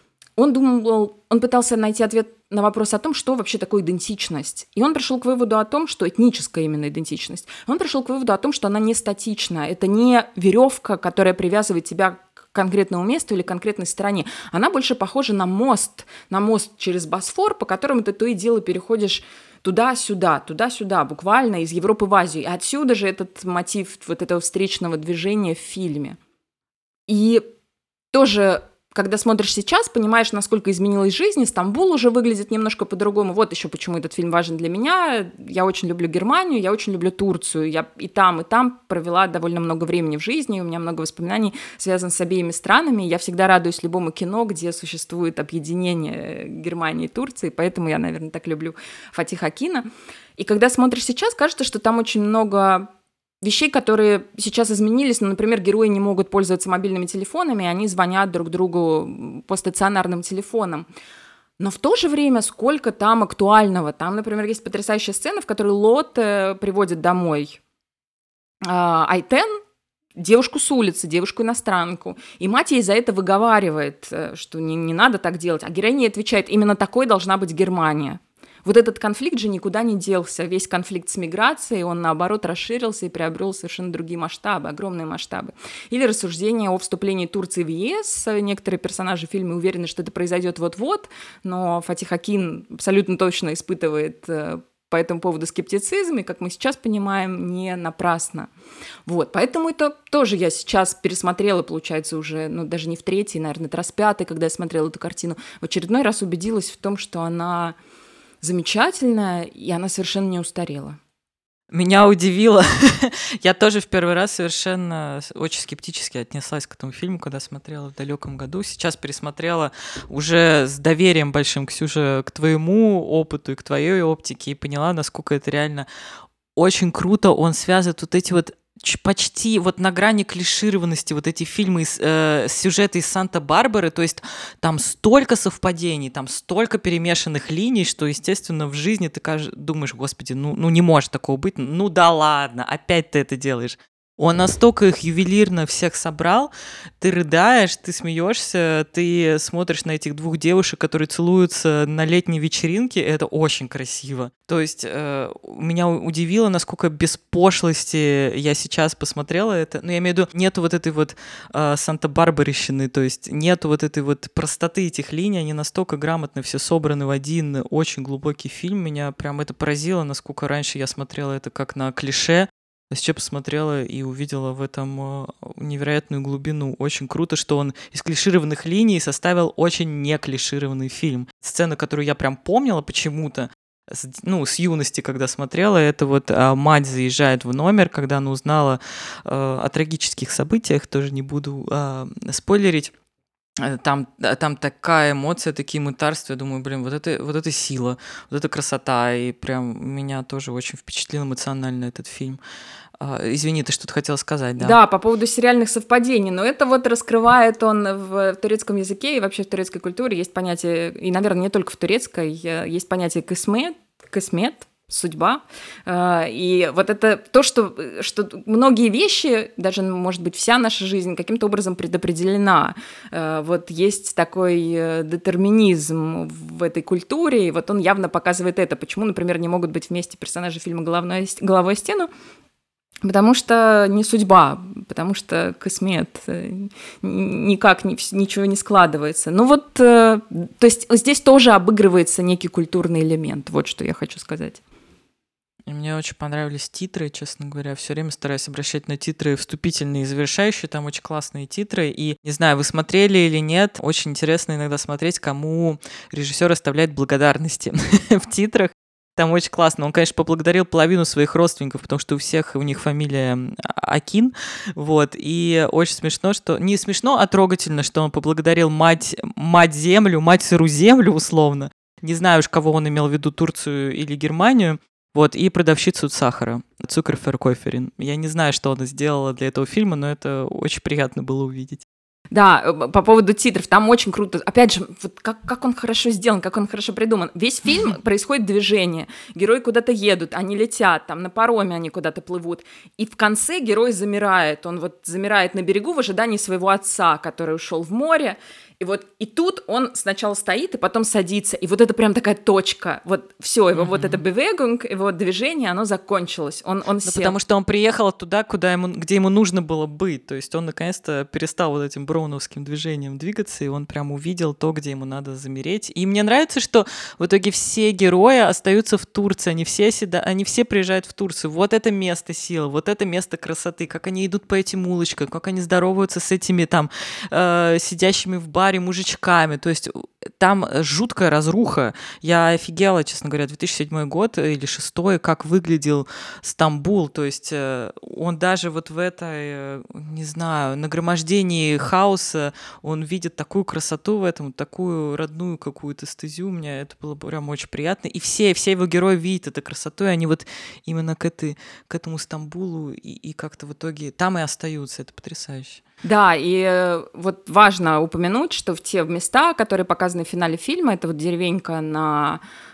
он пытался найти ответ на вопрос о том, что вообще такое идентичность. И он пришел к выводу о том, что этническая именно идентичность. Он пришел к выводу о том, что она не статична. Это не веревка, которая привязывает тебя к конкретному месту или конкретной стране. Она больше похожа на мост через Босфор, по которому ты то и дело переходишь туда-сюда, буквально из Европы в Азию. И отсюда же этот мотив вот этого встречного движения в фильме. И тоже, когда смотришь сейчас, понимаешь, насколько изменилась жизнь. Стамбул уже выглядит немножко по-другому. Вот еще почему этот фильм важен для меня. Я очень люблю Германию, я очень люблю Турцию. Я и там провела довольно много времени в жизни. У меня много воспоминаний связанных с обеими странами. Я всегда радуюсь любому кино, где существует объединение Германии и Турции. Поэтому я, наверное, так люблю Фатиха Акина. И когда смотришь сейчас, кажется, что там очень много вещей, которые сейчас изменились. Например, герои не могут пользоваться мобильными телефонами, они звонят друг другу по стационарным телефонам. Но в то же время сколько там актуального. Там, например, есть потрясающая сцена, в которой Лотте приводит домой Айтен, девушку с улицы, девушку-иностранку. И мать ей за это выговаривает, что не надо так делать. А героиня отвечает: именно такой должна быть Германия. вот этот конфликт же никуда не делся. Весь конфликт с миграцией, он, наоборот, расширился и приобрел совершенно другие масштабы, огромные масштабы. Или рассуждение о вступлении Турции в ЕС. Некоторые персонажи в фильме уверены, что это произойдет вот-вот, но Фатих Акин абсолютно точно испытывает по этому поводу скептицизм, и, как мы сейчас понимаем, не напрасно. Вот, поэтому это тоже я сейчас пересмотрела, получается, уже, даже не в третий, наверное, это раз пятый, когда я смотрела эту картину, в очередной раз убедилась в том, что она замечательная, и она совершенно не устарела. Меня удивило. Я тоже в первый раз совершенно очень скептически отнеслась к этому фильму, когда смотрела в далеком году. Сейчас пересмотрела уже с доверием большим, Ксюша, к твоему опыту и к твоей оптике, и поняла, насколько это реально очень круто. Он связывает вот эти вот почти вот на грани клишированности вот эти фильмы, сюжеты из Санта-Барбары, то есть там столько совпадений, там столько перемешанных линий, что, естественно, в жизни ты думаешь, господи, ну не может такого быть, ну да ладно, опять ты это делаешь. Он настолько их ювелирно всех собрал, ты рыдаешь, ты смеешься, ты смотришь на этих двух девушек, которые целуются на летней вечеринке, это очень красиво. То есть меня удивило, насколько без пошлости я сейчас посмотрела это. Ну, я имею в виду, нету вот этой вот Санта-Барбарищины, то есть нету вот этой вот простоты этих линий, они настолько грамотно все собраны в один очень глубокий фильм. Меня прям это поразило, насколько раньше я смотрела это как на клише. Сейчас посмотрела и увидела в этом невероятную глубину. Очень круто, что он из клишированных линий составил очень неклишированный фильм. Сцена, которую я прям помнила почему-то, с юности, когда смотрела, это вот мать заезжает в номер, когда она узнала о трагических событиях, тоже не буду спойлерить. Там такая эмоция, такие мытарства, я думаю, вот это сила, вот это красота, и прям меня тоже очень впечатлил эмоционально этот фильм. Извини, ты что-то хотела сказать, да? Да, по поводу сериальных совпадений, но это вот раскрывает он в турецком языке и вообще в турецкой культуре есть понятие, и, наверное, не только в турецкой, есть понятие кисмет, судьба. И вот это то, что многие вещи, даже, может быть, вся наша жизнь каким-то образом предопределена. Вот есть такой детерминизм в этой культуре, и вот он явно показывает это. Почему, например, не могут быть вместе персонажи фильма «Головой о стену»? Потому что не судьба, потому что кисмет, никак ничего не складывается. Ну вот, то есть здесь тоже обыгрывается некий культурный элемент, вот что я хочу сказать. Мне очень понравились титры, честно говоря. Все время стараюсь обращать на титры вступительные и завершающие. Там очень классные титры. И, не знаю, вы смотрели или нет, очень интересно иногда смотреть, кому режиссер оставляет благодарности в титрах. Там очень классно. Он, конечно, поблагодарил половину своих родственников, потому что у них фамилия Акин. Вот. И очень смешно, что... Не смешно, а трогательно, что он поблагодарил мать-землю, мать-сыру землю, условно. Не знаю уж, кого он имел в виду, Турцию или Германию. Вот, и продавщицу сахара, Цукерферкоферин. Я не знаю, что она сделала для этого фильма, но это очень приятно было увидеть. Да, по поводу титров, там очень круто. Опять же, вот как он хорошо сделан, как он хорошо придуман. Весь фильм происходит движение. Герои куда-то едут, они летят, там на пароме они куда-то плывут. И в конце герой замирает. Он вот замирает на берегу в ожидании своего отца, который ушел в море. И тут он сначала стоит, и потом садится. И вот это прям такая точка. Вот все, его вот это Bewegung, его движение, оно закончилось. Он сел. Потому что он приехал туда, где ему нужно было быть. То есть он наконец-то перестал вот этим броуновским движением двигаться, и он прям увидел то, где ему надо замереть. И мне нравится, что в итоге все герои остаются в Турции. Они все приезжают в Турцию. Вот это место силы, вот это место красоты. Как они идут по этим улочкам, как они здороваются с этими там сидящими в баре мужичками, то есть там жуткая разруха. Я офигела, честно говоря, 2007 год или 2006, как выглядел Стамбул, то есть он даже вот в этой, не знаю, нагромождении хаоса, он видит такую красоту в этом, такую родную какую-то стезю, мне это было прям очень приятно, и все его герои видят эту красоту, и они вот именно к этому Стамбулу и как-то в итоге там и остаются, это потрясающе. Да, и вот важно упомянуть, что в те места, которые показаны в финале фильма, это вот деревенька на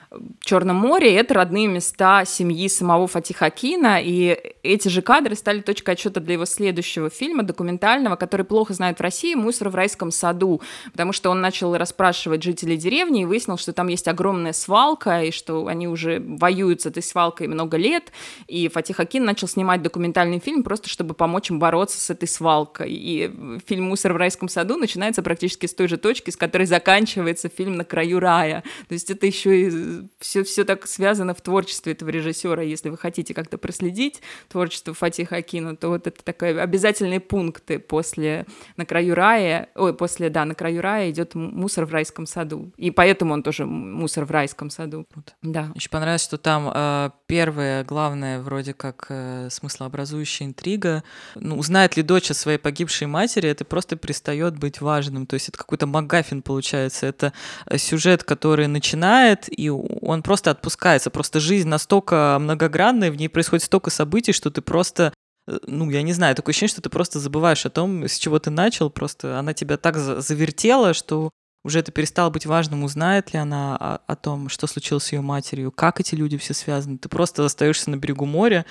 Черном море, это родные места семьи самого Фатиха Акина, и эти же кадры стали точкой отсчета для его следующего фильма, документального, который плохо знают в России, «Мусор в райском саду», потому что он начал расспрашивать жителей деревни и выяснил, что там есть огромная свалка, и что они уже воюют с этой свалкой много лет, и Фатих Акин начал снимать документальный фильм просто чтобы помочь им бороться с этой свалкой. И фильм «Мусор в райском саду» начинается практически с той же точки, с которой заканчивается фильм «На краю рая». То есть это еще и все так связано в творчестве этого режиссера. Если вы хотите как-то проследить творчество Фатиха Акина, то вот это такие обязательные пункты после «На краю рая», «На краю рая» идет «Мусор в райском саду». И поэтому он тоже «Мусор в райском саду». Да. Еще понравилось, что там первая, главная, вроде как смыслообразующая интрига. Узнает ли дочь о своей погибшей матери, это просто перестает быть важным. То есть это какой-то МакГаффин получается. Это сюжет, который начинает, и он просто отпускается. Просто жизнь настолько многогранная, в ней происходит столько событий, что ты просто, я не знаю, такое ощущение, что ты просто забываешь о том, с чего ты начал. Просто она тебя так завертела, что уже это перестало быть важным, узнает ли она о том, что случилось с ее матерью, как эти люди все связаны. Ты просто остаешься на берегу моря,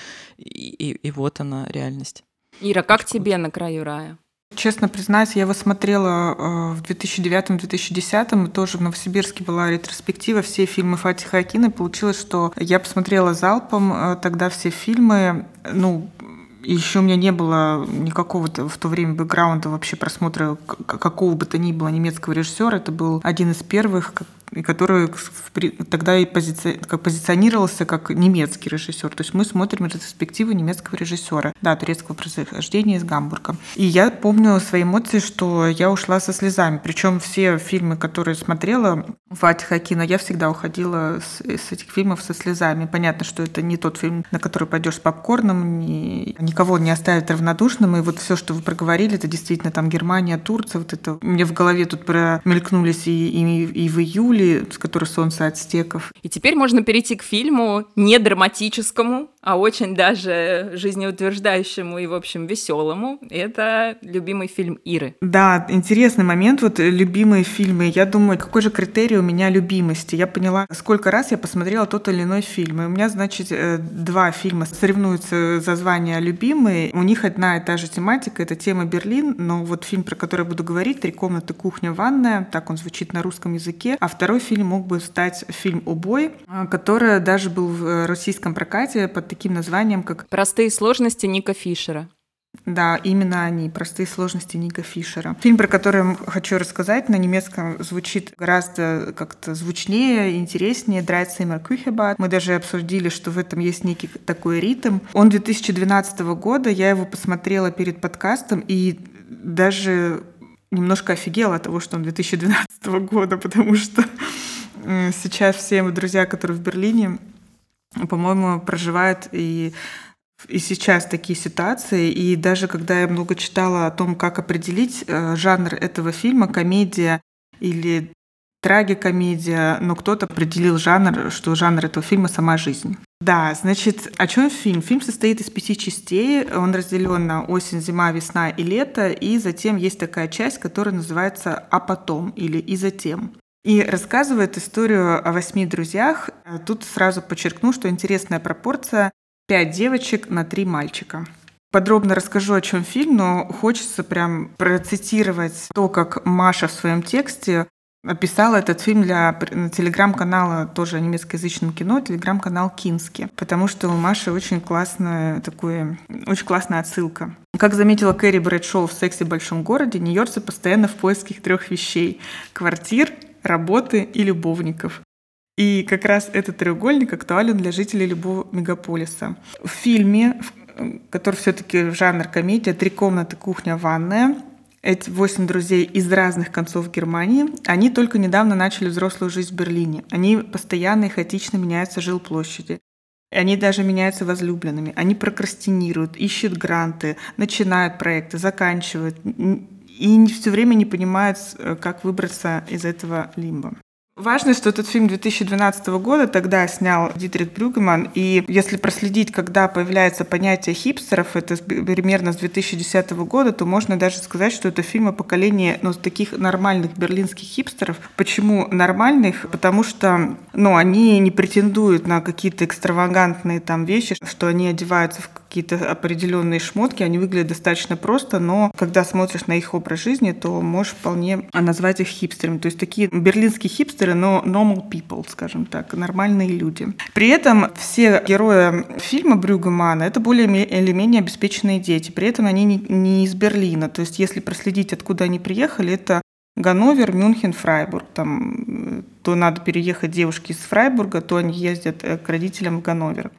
и вот она, реальность. Ира, как тебе «На краю рая»? Честно признаюсь, я его смотрела в 2009-2010, и тоже в Новосибирске была ретроспектива, все фильмы Фатиха Акина, и получилось, что я посмотрела залпом тогда все фильмы, еще у меня не было никакого в то время бэкграунда вообще просмотра какого бы то ни было немецкого режиссера. Это был один из первых, который тогда и позиционировался как немецкий режиссер. То есть мы смотрим ретроспективу немецкого режиссера, турецкого происхождения из Гамбурга. И я помню свои эмоции, что я ушла со слезами. Причем все фильмы, которые смотрела Фатиха Акина, я всегда уходила с этих фильмов со слезами. Понятно, что это не тот фильм, на который пойдешь с попкорном, никого не оставит равнодушным. И вот все, что вы проговорили, это действительно там Германия, Турция. Вот это мне в голове тут промелькнулись и в июле, с которой «Солнце ацтеков». И теперь можно перейти к фильму не драматическому, а очень даже жизнеутверждающему и, в общем, веселому. Это любимый фильм Иры. Да, интересный момент. Вот любимые фильмы. Я думаю, какой же критерий у меня любимости? Я поняла, сколько раз я посмотрела тот или иной фильм. И у меня, значит, 2 фильма соревнуются за звание любимые. У них одна и та же тематика. Это тема Берлин. Но вот фильм, про который я буду говорить, «Три комнаты, кухня, ванная», так он звучит на русском языке. А второй фильм мог бы стать фильм «Убой», который даже был в российском прокате под таким названием, как «Простые сложности» Ника Фишера. Да, именно они, «Простые сложности» Ника Фишера. Фильм, про который я хочу рассказать, на немецком звучит гораздо как-то звучнее, интереснее, «Drei Zimmer Küchenbad». Мы даже обсудили, что в этом есть некий такой ритм. Он 2012 года, я его посмотрела перед подкастом и даже немножко офигела от того, что он 2012 года, потому что сейчас все мои друзья, которые в Берлине, по-моему, проживают и сейчас такие ситуации. И даже когда я много читала о том, как определить жанр этого фильма, комедия или трагикомедия, но кто-то определил жанр, что жанр этого фильма — сама жизнь. Да, значит, о чем фильм? Фильм состоит из 5 частей. Он разделен на осень, зима, весна и лето. И затем есть такая часть, которая называется «А потом» или «И затем». И рассказывает историю о 8 друзьях. Тут сразу подчеркну, что интересная пропорция: 5 девочек на 3 мальчика. Подробно расскажу, о чем фильм, но хочется прям процитировать то, как Маша в своем тексте описала этот фильм для телеграм-канала, тоже о немецкоязычном кино, телеграм-канал «Кински», потому что у Маши очень классная отсылка. Как заметила Кэрри Брэдшоу в «Сексе в большом городе», нью-йоркцы постоянно в поиске 3 вещей: квартир, работы и любовников. И как раз этот треугольник актуален для жителей любого мегаполиса. В фильме, который все-таки жанр комедия, 3 комнаты, кухня, ванная, эти 8 друзей из разных концов Германии, они только недавно начали взрослую жизнь в Берлине. Они постоянно и хаотично меняются жилплощади. Они даже меняются возлюбленными. Они прокрастинируют, ищут гранты, начинают проекты, заканчивают. И все время не понимают, как выбраться из этого лимба. Важно, что этот фильм 2012 года тогда снял Дитрих Брюггеман, и если проследить, когда появляется понятие хипстеров, это примерно с 2010 года, то можно даже сказать, что это фильм о поколении таких нормальных берлинских хипстеров. Почему нормальных? Потому что они не претендуют на какие-то экстравагантные там вещи, что они одеваются в какие-то определенные шмотки, они выглядят достаточно просто, но когда смотришь на их образ жизни, то можешь вполне назвать их хипстерами. То есть такие берлинские хипстеры, но normal people, скажем так, нормальные люди. При этом все герои фильма Брюггемана — это более или менее обеспеченные дети. При этом они не из Берлина. То есть если проследить, откуда они приехали, это Ганновер, Мюнхен, Фрайбург. Там то надо переехать девушке из Фрайбурга, то они ездят к родителям в Ганновер.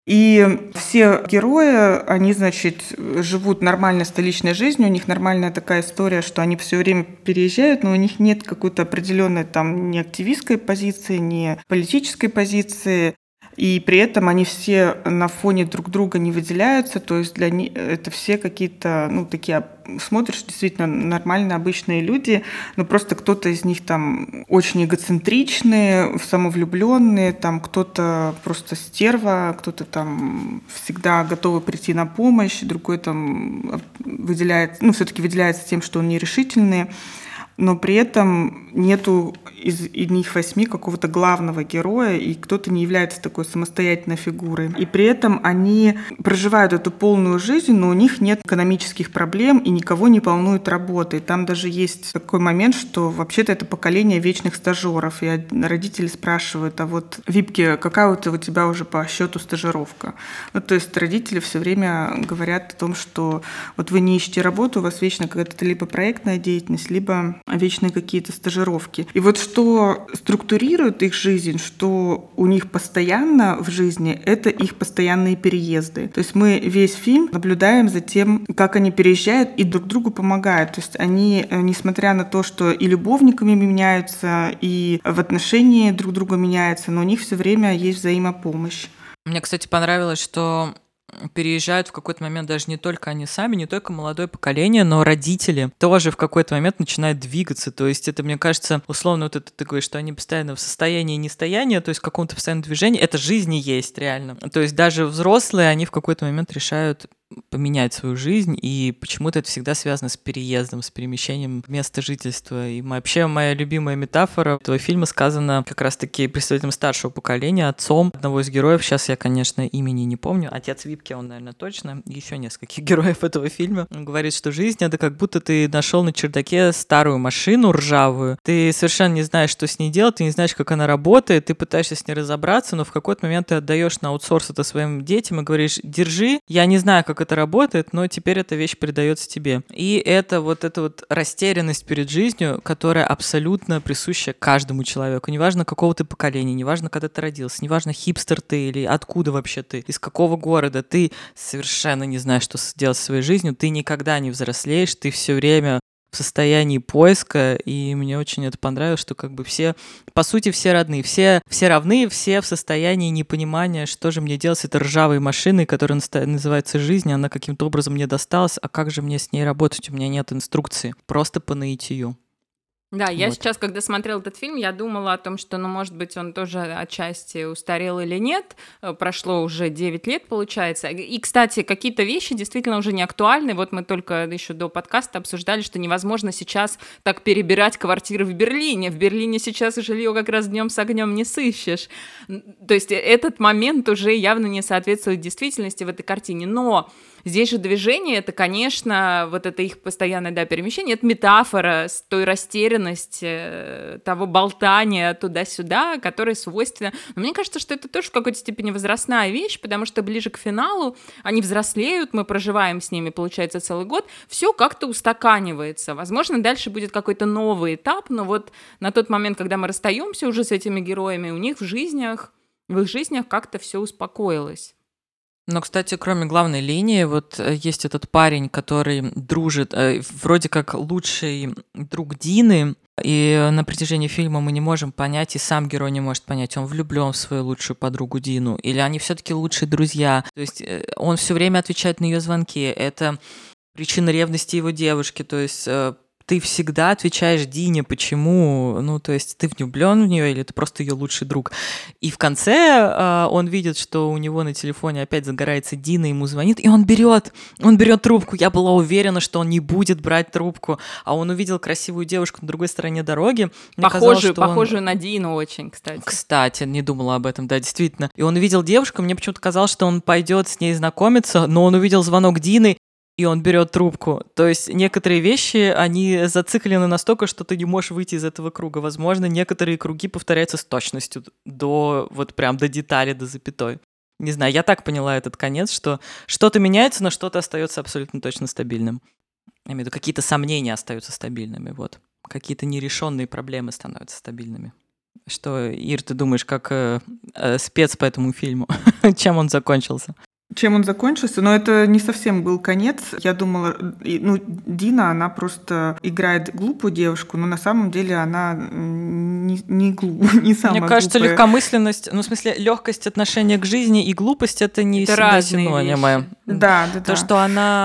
И все герои, они, живут нормальной столичной жизнью, у них нормальная такая история, что они все время переезжают, но у них нет какой-то определенной там ни активистской позиции, ни политической позиции. И при этом они все на фоне друг друга не выделяются, то есть для них это все какие-то, такие, смотришь, действительно нормальные, обычные люди, но просто кто-то из них там очень эгоцентричные, самовлюбленные, там кто-то просто стерва, кто-то там всегда готовый прийти на помощь, другой там все-таки выделяется тем, что он нерешительный. Но при этом нету из них 8 какого-то главного героя, и кто-то не является такой самостоятельной фигурой. И при этом они проживают эту полную жизнь, но у них нет экономических проблем, и никого не волнует работа. И там даже есть такой момент, что вообще-то это поколение вечных стажеров. И родители спрашивают: а вот, Випке, какая у тебя уже по счету стажировка? То есть родители все время говорят о том, что вот вы не ищете работу, у вас вечно какая-то либо проектная деятельность, либо вечные какие-то стажировки. И вот что структурирует их жизнь, что у них постоянно в жизни, это их постоянные переезды. То есть мы весь фильм наблюдаем за тем, как они переезжают и друг другу помогают. То есть они, несмотря на то, что и любовниками меняются, и в отношении друг друга меняются, но у них все время есть взаимопомощь. Мне, кстати, понравилось, что переезжают в какой-то момент даже не только они сами, не только молодое поколение, но родители тоже в какой-то момент начинают двигаться. То есть это, мне кажется, условно вот это ты говоришь, что они постоянно в состоянии нестояния, то есть в каком-то постоянном движении. Это жизни есть реально. То есть даже взрослые, они в какой-то момент решают поменять свою жизнь, и почему-то это всегда связано с переездом, с перемещением места жительства. И вообще моя любимая метафора этого фильма сказана как раз-таки представителем старшего поколения, отцом одного из героев. Сейчас я, конечно, имени не помню. Отец Випки, он, наверное, точно. И еще нескольких героев этого фильма. Он говорит, что жизнь — это как будто ты нашел на чердаке старую машину ржавую. Ты совершенно не знаешь, что с ней делать, ты не знаешь, как она работает, ты пытаешься с ней разобраться, но в какой-то момент ты отдаешь на аутсорс это своим детям и говоришь: держи, я не знаю, как это работает, но теперь эта вещь передается тебе. И это вот эта вот растерянность перед жизнью, которая абсолютно присуща каждому человеку. Неважно, какого ты поколения, неважно, когда ты родился, неважно, хипстер ты или откуда вообще ты, из какого города, ты совершенно не знаешь, что делать со своей жизнью, ты никогда не взрослеешь, ты все время в состоянии поиска, и мне очень это понравилось, что как бы все, по сути, все родные, все равны, все в состоянии непонимания, что же мне делать с этой ржавой машиной, которая называется жизнь, она каким-то образом мне досталась, а как же мне с ней работать, у меня нет инструкции, просто по наитию. Да, я Вот. сейчас, когда смотрела этот фильм, я думала о том, что, может быть, он тоже отчасти устарел или нет. Прошло уже 9 лет, получается. И, кстати, какие-то вещи действительно уже не актуальны. Вот мы только еще до подкаста обсуждали, что невозможно сейчас так перебирать квартиры в Берлине. В Берлине сейчас жилье как раз днем с огнем не сыщешь. То есть этот момент уже явно не соответствует действительности в этой картине. Но здесь же движение, это, конечно, вот это их постоянное, перемещение, это метафора с той растерянности, того болтания туда-сюда, которое свойственно. Но мне кажется, что это тоже в какой-то степени возрастная вещь, потому что ближе к финалу они взрослеют, мы проживаем с ними, получается, целый год, все как-то устаканивается. Возможно, дальше будет какой-то новый этап, но вот на тот момент, когда мы расстаемся уже с этими героями, у них в их жизнях как-то все успокоилось. Но, кстати, кроме главной линии, вот есть этот парень, который дружит, вроде как лучший друг Дины, и на протяжении фильма мы не можем понять, и сам герой не может понять, он влюблен в свою лучшую подругу Дину, или они все-таки лучшие друзья. То есть он все время отвечает на ее звонки. Это причина ревности его девушки, то есть ты всегда отвечаешь Дине, почему, ну, то есть ты влюблен в нее или ты просто ее лучший друг. И в конце он видит, что у него на телефоне опять загорается Дина, ему звонит, и он берет трубку. Я была уверена, что он не будет брать трубку, а он увидел красивую девушку на другой стороне дороги. Похожую на Дину очень, кстати. Кстати, не думала об этом, да, действительно. И он увидел девушку, мне почему-то казалось, что он пойдет с ней знакомиться, но он увидел звонок Дины, и он берет трубку. То есть некоторые вещи, они зациклены настолько, что ты не можешь выйти из этого круга. Возможно, некоторые круги повторяются с точностью до вот прям до детали, до запятой. Не знаю, я так поняла этот конец, что что-то меняется, но что-то остается абсолютно точно стабильным. Я имею в виду, какие-то сомнения остаются стабильными, вот. Какие-то нерешенные проблемы становятся стабильными. Что, Ир, ты думаешь, как спец по этому фильму? Чем он закончился? Чем он закончился, но это не совсем был конец. Я думала, ну, Дина, она просто играет глупую девушку, но на самом деле она не самая глупая. Мне кажется, легкомысленность, ну, в смысле, легкость отношения к жизни и глупость — это не всегда синонимы. Да. То, что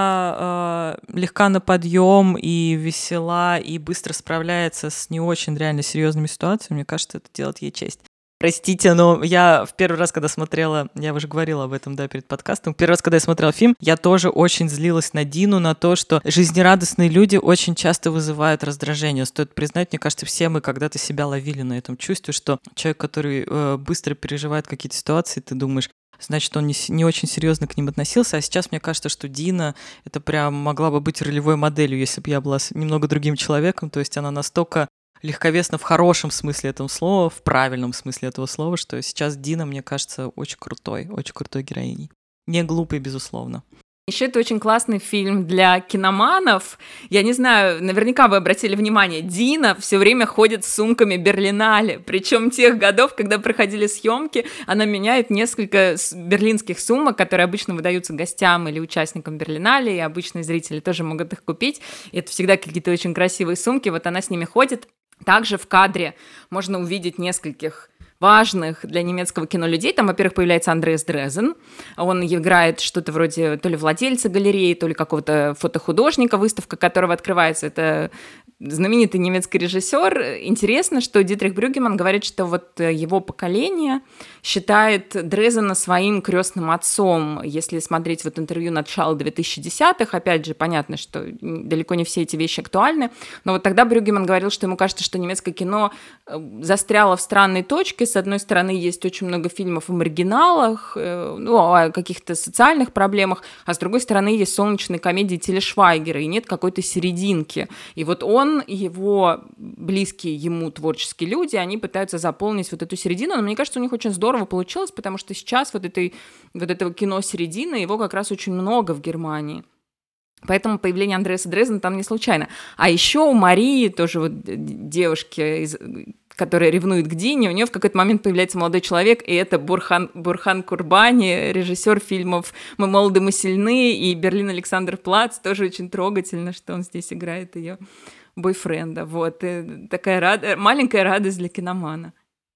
она легка на подъем и весела, и быстро справляется с не очень реально серьезными ситуациями, мне кажется, это делает ей честь. Простите, но я в первый раз, когда смотрела, я уже говорила об этом, да, перед подкастом, первый раз, когда я смотрела фильм, я тоже очень злилась на Дину, на то, что жизнерадостные люди очень часто вызывают раздражение. Стоит признать, мне кажется, все мы когда-то себя ловили на этом чувстве, что человек, который быстро переживает какие-то ситуации, ты думаешь, значит, он не очень серьезно к ним относился, а сейчас мне кажется, что Дина это прям могла бы быть ролевой моделью, если бы я была немного другим человеком, то есть она настолько легковесно в хорошем смысле этого слова, в правильном смысле этого слова, что сейчас Дина, мне кажется, очень крутой героиней. Не глупый, безусловно. Еще это очень классный фильм для киноманов. Я не знаю, наверняка вы обратили внимание, Дина все время ходит с сумками Берлинале. Причем тех годов, когда проходили съемки, она меняет несколько берлинских сумок, которые обычно выдаются гостям или участникам Берлинале, и обычные зрители тоже могут их купить. И это всегда какие-то очень красивые сумки. Вот она с ними ходит. Также в кадре можно увидеть нескольких важных для немецкого кино людей. Там, во-первых, появляется Андреас Дрезен. Он играет что-то вроде то ли владельца галереи, то ли какого-то фотохудожника, выставка которого открывается. Это знаменитый немецкий режиссер. Интересно, что Дитрих Брюггеман говорит, что вот его поколение считает Дрезена своим крестным отцом. Если смотреть вот интервью начала 2010-х, опять же, понятно, что далеко не все эти вещи актуальны, но вот тогда Брюггеман говорил, что ему кажется, что немецкое кино застряло в странной точке. С одной стороны, есть очень много фильмов о маргиналах, о каких-то социальных проблемах, а с другой стороны, есть солнечные комедии Тиля Швайгера, и нет какой-то серединки. И вот он и его близкие ему творческие люди, они пытаются заполнить вот эту середину, но мне кажется, у них очень здорово получилось, потому что сейчас вот этого кино середины, его как раз очень много в Германии. Поэтому появление Андреаса Дрезена там не случайно. А еще у Марии, тоже вот девушки, которая ревнует к Дине, у нее в какой-то момент появляется молодой человек, и это Бурхан Курбани, режиссер фильмов «Мы молоды, мы сильны» и «Берлин Александр-Плац». Тоже очень трогательно, что он здесь играет ее бойфренда. Вот. И такая маленькая радость для киномана.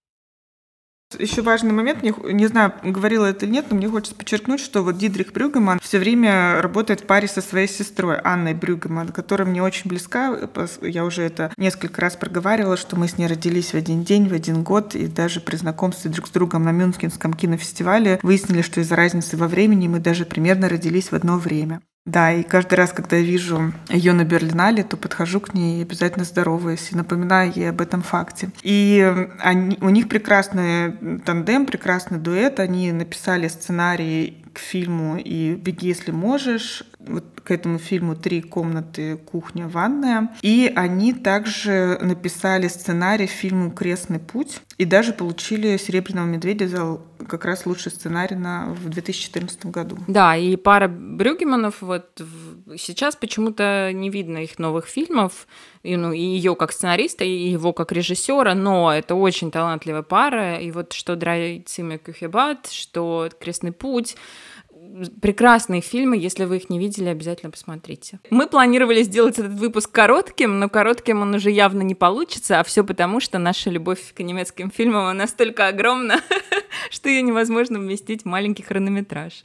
Еще важный момент, не знаю, говорила это или нет, но мне хочется подчеркнуть, что вот Дитрих Брюггеман все время работает в паре со своей сестрой Анной Брюггеман, которая мне очень близка. Я уже это несколько раз проговаривала, что мы с ней родились в один день, в один год, и даже при знакомстве друг с другом на Мюнхенском кинофестивале выяснили, что из-за разницы во времени мы даже примерно родились в одно время. Да, и каждый раз, когда я вижу ее на Берлинале, то подхожу к ней и обязательно здороваюсь и напоминаю ей об этом факте. И у них прекрасный тандем, прекрасный дуэт. Они написали сценарий к фильму и «Беги, если можешь». Вот к этому фильму 3 комнаты, кухня, ванная. И они также написали сценарий к фильму «Крестный путь» и даже получили «Серебряного медведя» за как раз лучший сценарий в 2014 году. Да, и пара Брюггеманов, вот сейчас почему-то не видно их новых фильмов, и ее как сценариста, и его как режиссера, но это очень талантливая пара, и вот что «Drei Zimmer Küche Bad», что «Крестный путь», прекрасные фильмы, если вы их не видели, обязательно посмотрите. Мы планировали сделать этот выпуск коротким, но коротким он уже явно не получится, а все потому, что наша любовь к немецким фильмам настолько огромна, что ее невозможно вместить в маленький хронометраж.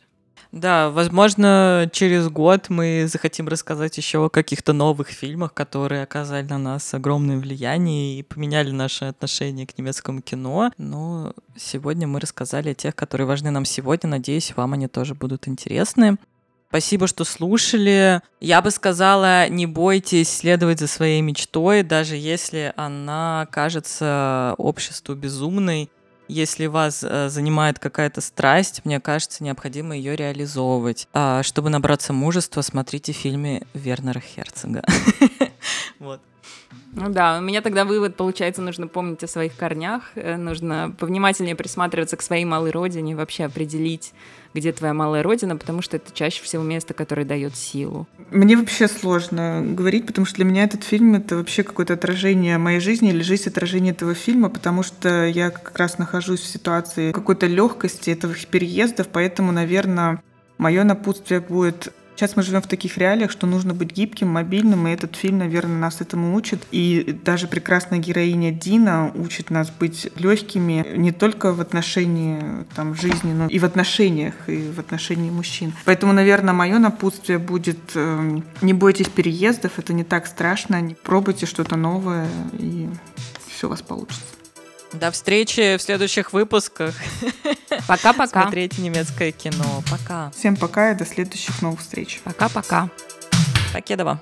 Да, возможно, через год мы захотим рассказать еще о каких-то новых фильмах, которые оказали на нас огромное влияние и поменяли наше отношение к немецкому кино. Но сегодня мы рассказали о тех, которые важны нам сегодня. Надеюсь, вам они тоже будут интересны. Спасибо, что слушали. Я бы сказала, не бойтесь следовать за своей мечтой, даже если она кажется обществу безумной. Если вас занимает какая-то страсть, мне кажется, необходимо ее реализовывать. Чтобы набраться мужества, смотрите фильмы Вернера Херцога. Вот. Ну да, у меня тогда вывод, получается, нужно помнить о своих корнях, нужно повнимательнее присматриваться к своей малой родине, вообще определить, где твоя малая родина, потому что это чаще всего место, которое дает силу. Мне вообще сложно говорить, потому что для меня этот фильм — это вообще какое-то отражение моей жизни или жизнь — отражение этого фильма, потому что я как раз нахожусь в ситуации какой-то легкости этого переездов, поэтому, наверное, мое напутствие будет... Сейчас мы живем в таких реалиях, что нужно быть гибким, мобильным, и этот фильм, наверное, нас этому учит. И даже прекрасная героиня Дина учит нас быть легкими не только в отношении жизни, но и в отношениях мужчин. Поэтому, наверное, мое напутствие будет: не бойтесь переездов, это не так страшно, пробуйте что-то новое, и все у вас получится. До встречи в следующих выпусках. Пока-пока. Смотрите немецкое кино. Пока. Всем пока и до следующих новых встреч. Пока-пока. Покедова.